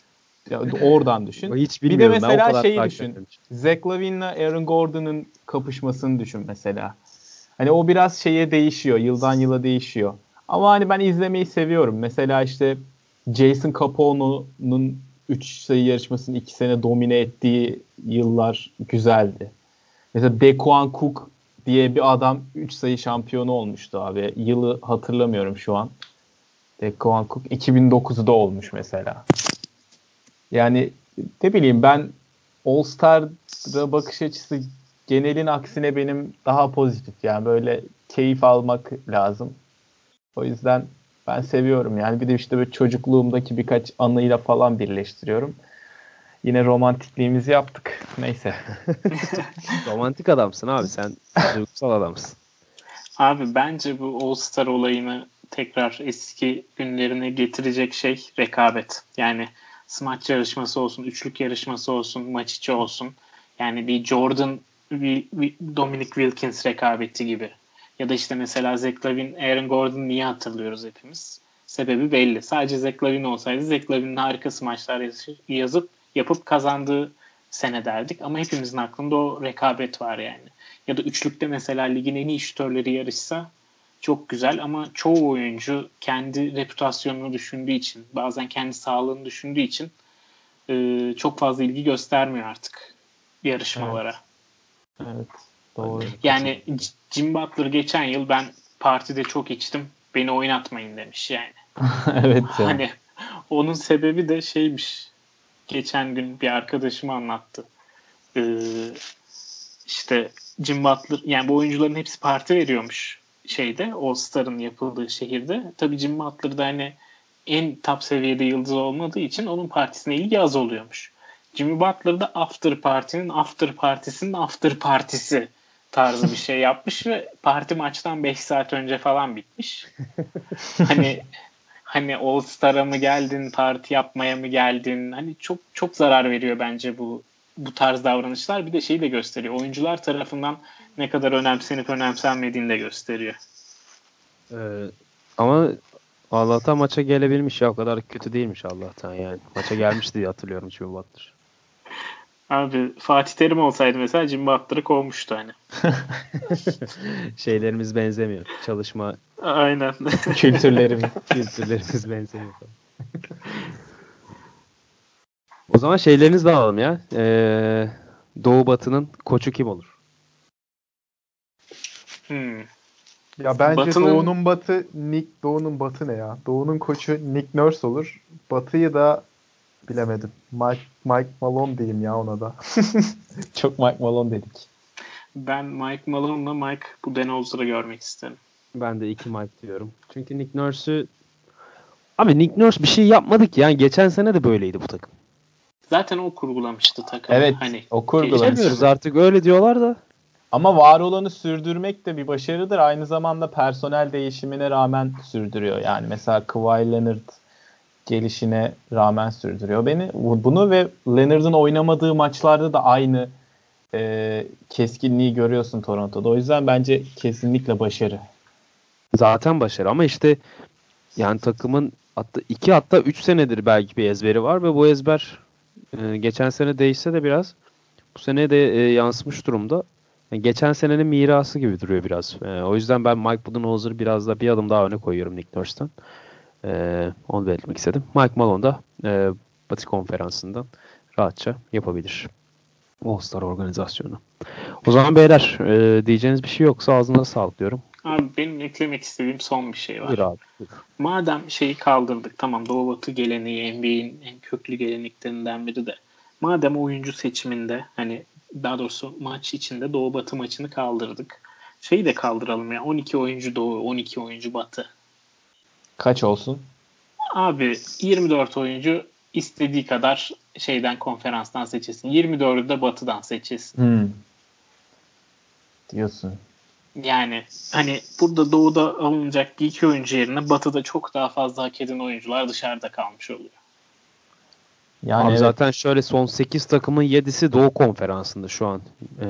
Ya oradan düşün. Hiç Bir de bilmiyordum. Ben o mesela kadar şeyi takip düşün. etmemişim. Zach Lavine'la Aaron Gordon'ın kapışmasını düşün mesela. Hani o biraz şeye değişiyor. Yıldan yıla değişiyor. Ama hani ben izlemeyi seviyorum. Mesela işte Jason Capone'un üç sayı yarışmasını iki sene domine ettiği yıllar güzeldi. Mesela Daquan Cook diye bir adam üç sayı şampiyonu olmuştu abi. Yılı hatırlamıyorum şu an. Daquan Cook iki bin dokuzda olmuş mesela. Yani ne bileyim ben All Star'a bakış açısı genelin aksine benim daha pozitif. Yani böyle keyif almak lazım. O yüzden ben seviyorum yani. Bir de işte böyle çocukluğumdaki birkaç anıyla falan birleştiriyorum. Yine romantikliğimizi yaptık. Neyse. Romantik adamsın abi. Sen duygusal adamsın. Abi bence bu All Star olayını tekrar eski günlerine getirecek şey rekabet. Yani smaç yarışması olsun, üçlük yarışması olsun, maç içi olsun. Yani bir Jordan, bir, bir Dominic Wilkins rekabeti gibi. Ya da işte mesela Zach Lavine, Aaron Gordon niye hatırlıyoruz hepimiz? Sebebi belli. Sadece Zach Lavine olsaydı Zach Lavine'in harika smaçlar yazıp yapıp kazandığı sene derdik. Ama hepimizin aklında o rekabet var yani. Ya da üçlükte mesela ligin en iyi şütörleri yarışsa çok güzel ama çoğu oyuncu kendi reputasyonunu düşündüğü için, bazen kendi sağlığını düşündüğü için e, çok fazla ilgi göstermiyor artık yarışmalara. Evet, evet doğru. Yani Jim Butler geçen yıl ben partide çok içtim, beni oynatmayın demiş yani. Evet ya. Hani onun sebebi de şeymiş. Geçen gün bir arkadaşım anlattı. Ee, işte Jim Butler, yani bu oyuncuların hepsi parti veriyormuş şeyde, All Star'ın yapıldığı şehirde. Tabii Jim Butler da hani en top seviyede yıldız olmadığı için onun partisine ilgi az oluyormuş. Jimmy Butler da after party'nin after partisinin after partisi tarzı bir şey yapmış ve parti maçtan beş saat önce falan bitmiş. Hani hani All Star'a mı geldin, parti yapmaya mı geldin? Hani çok çok zarar veriyor bence bu bu tarz davranışlar. Bir de şeyi de gösteriyor. Oyuncular tarafından ne kadar önemsenip önemsenmediğini de gösteriyor. Ee, ama Allah'tan maça gelebilmiş ya. O kadar kötü değilmiş Allah'tan yani. Maça gelmişti diye hatırlıyorum Jimmy Butler. Abi Fatih Terim olsaydı mesela Jimmy Butler'ı kovmuştu hani. Şeylerimiz benzemiyor. Çalışma Aynen. Kültürlerimiz. kültürlerimiz benzemiyor. O zaman şeylerinizi de alalım ya. Ee, Doğu Batı'nın koçu kim olur? Hmm. Ya bence Batı'nın... Doğu'nun batı Nick Doğu'nun batı ne ya? Doğu'nun koçu Nick Nurse olur. Batı'yı da bilemedim. Mike, Mike Malone diyeyim ya ona da. Çok Mike Malone dedik. Ben Mike Malone'la Mike Budenholzer'ı görmek isterim. Ben de iki Mike diyorum. Çünkü Nick Nurse'ü abi Nick Nurse bir şey yapmadık yani. Geçen sene de böyleydi bu takım. Zaten o kurgulamıştı takımı. Evet, hani o kurgulamıştı. Geçemiyoruz artık öyle diyorlar da. Ama var olanı sürdürmek de bir başarıdır. Aynı zamanda personel değişimine rağmen sürdürüyor. Yani mesela Kawhi Leonard gelişine rağmen sürdürüyor beni. Bunu ve Leonard'ın oynamadığı maçlarda da aynı e, keskinliği görüyorsun Toronto'da. O yüzden bence kesinlikle başarı. Zaten başarı ama işte yani takımın hatta iki hatta üç senedir belki bir ezberi var ve bu ezber e, geçen sene değişse de biraz bu sene de e, yansımış durumda. Yani geçen senenin mirası gibi duruyor biraz. E, o yüzden ben Mike Budenholzer'ı biraz da bir adım daha öne koyuyorum Nick Nurse'tan. E, onu belirtmek istedim. Mike Malone da e, Batı Konferansı'ndan rahatça yapabilir. All-Star organizasyonu. O zaman beyler e, diyeceğiniz bir şey yoksa ağzınıza sağlık diyorum. Abi benim eklemek istediğim son bir şey var. Buyur abi. Buyur. Madem şeyi kaldırdık, tamam, Doğu Batı geleneği N B A'in en köklü geleneklerinden biri de. Madem oyuncu seçiminde, hani daha doğrusu maç içinde Doğu Batı maçını kaldırdık. Şeyi de kaldıralım ya, on iki oyuncu Doğu, on iki oyuncu Batı. Kaç olsun? Abi yirmi dört oyuncu istediği kadar şeyden, konferanstan seçilsin. yirmi dördü de Batı'dan seçilsin. Hmm. Diyorsun. Yani hani burada Doğu'da alınacak bir iki oyuncu yerine Batı'da çok daha fazla hak eden oyuncular dışarıda kalmış oluyor. Yani Abi evet. zaten şöyle son sekiz takımın yedisi Doğu Konferansı'nda şu an e,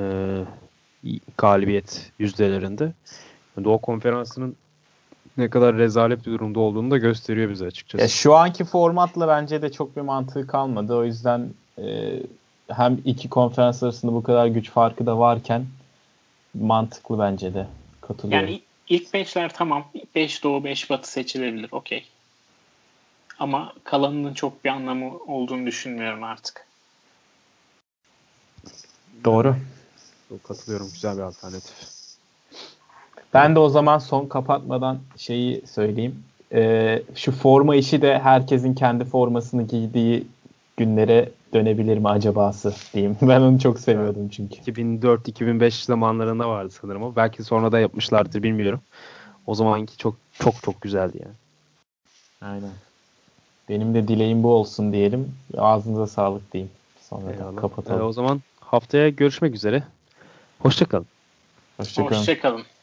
galibiyet yüzdelerinde. Doğu Konferansı'nın ne kadar rezalet bir durumda olduğunu da gösteriyor bize açıkçası. Ya şu anki formatla bence de çok bir mantığı kalmadı. O yüzden e, hem iki konferans arasında bu kadar güç farkı da varken mantıklı bence de. Katılıyorum. Yani ilk beşler tamam. beş Doğu beş Batı seçilebilir. Okey. Ama kalanının çok bir anlamı olduğunu düşünmüyorum artık. Doğru. Katılıyorum. Güzel bir alternatif. Ben de o zaman son kapatmadan şeyi söyleyeyim. Ee, şu forma işi de herkesin kendi formasını giydiği günlere dönebilir mi acabası diyeyim. Ben onu çok seviyordum çünkü. iki bin dört iki bin beş zamanlarında vardı sanırım o. Belki sonra da yapmışlardır bilmiyorum. O zamanki çok çok çok güzeldi yani. Aynen. Benim de dileğim bu olsun diyelim. Ağzınıza sağlık diyeyim. Sonra da Eyvallah. Ee, kapatalım. o zaman haftaya görüşmek üzere. Hoşça kalın. Hoşçakalın. Hoşçakalın.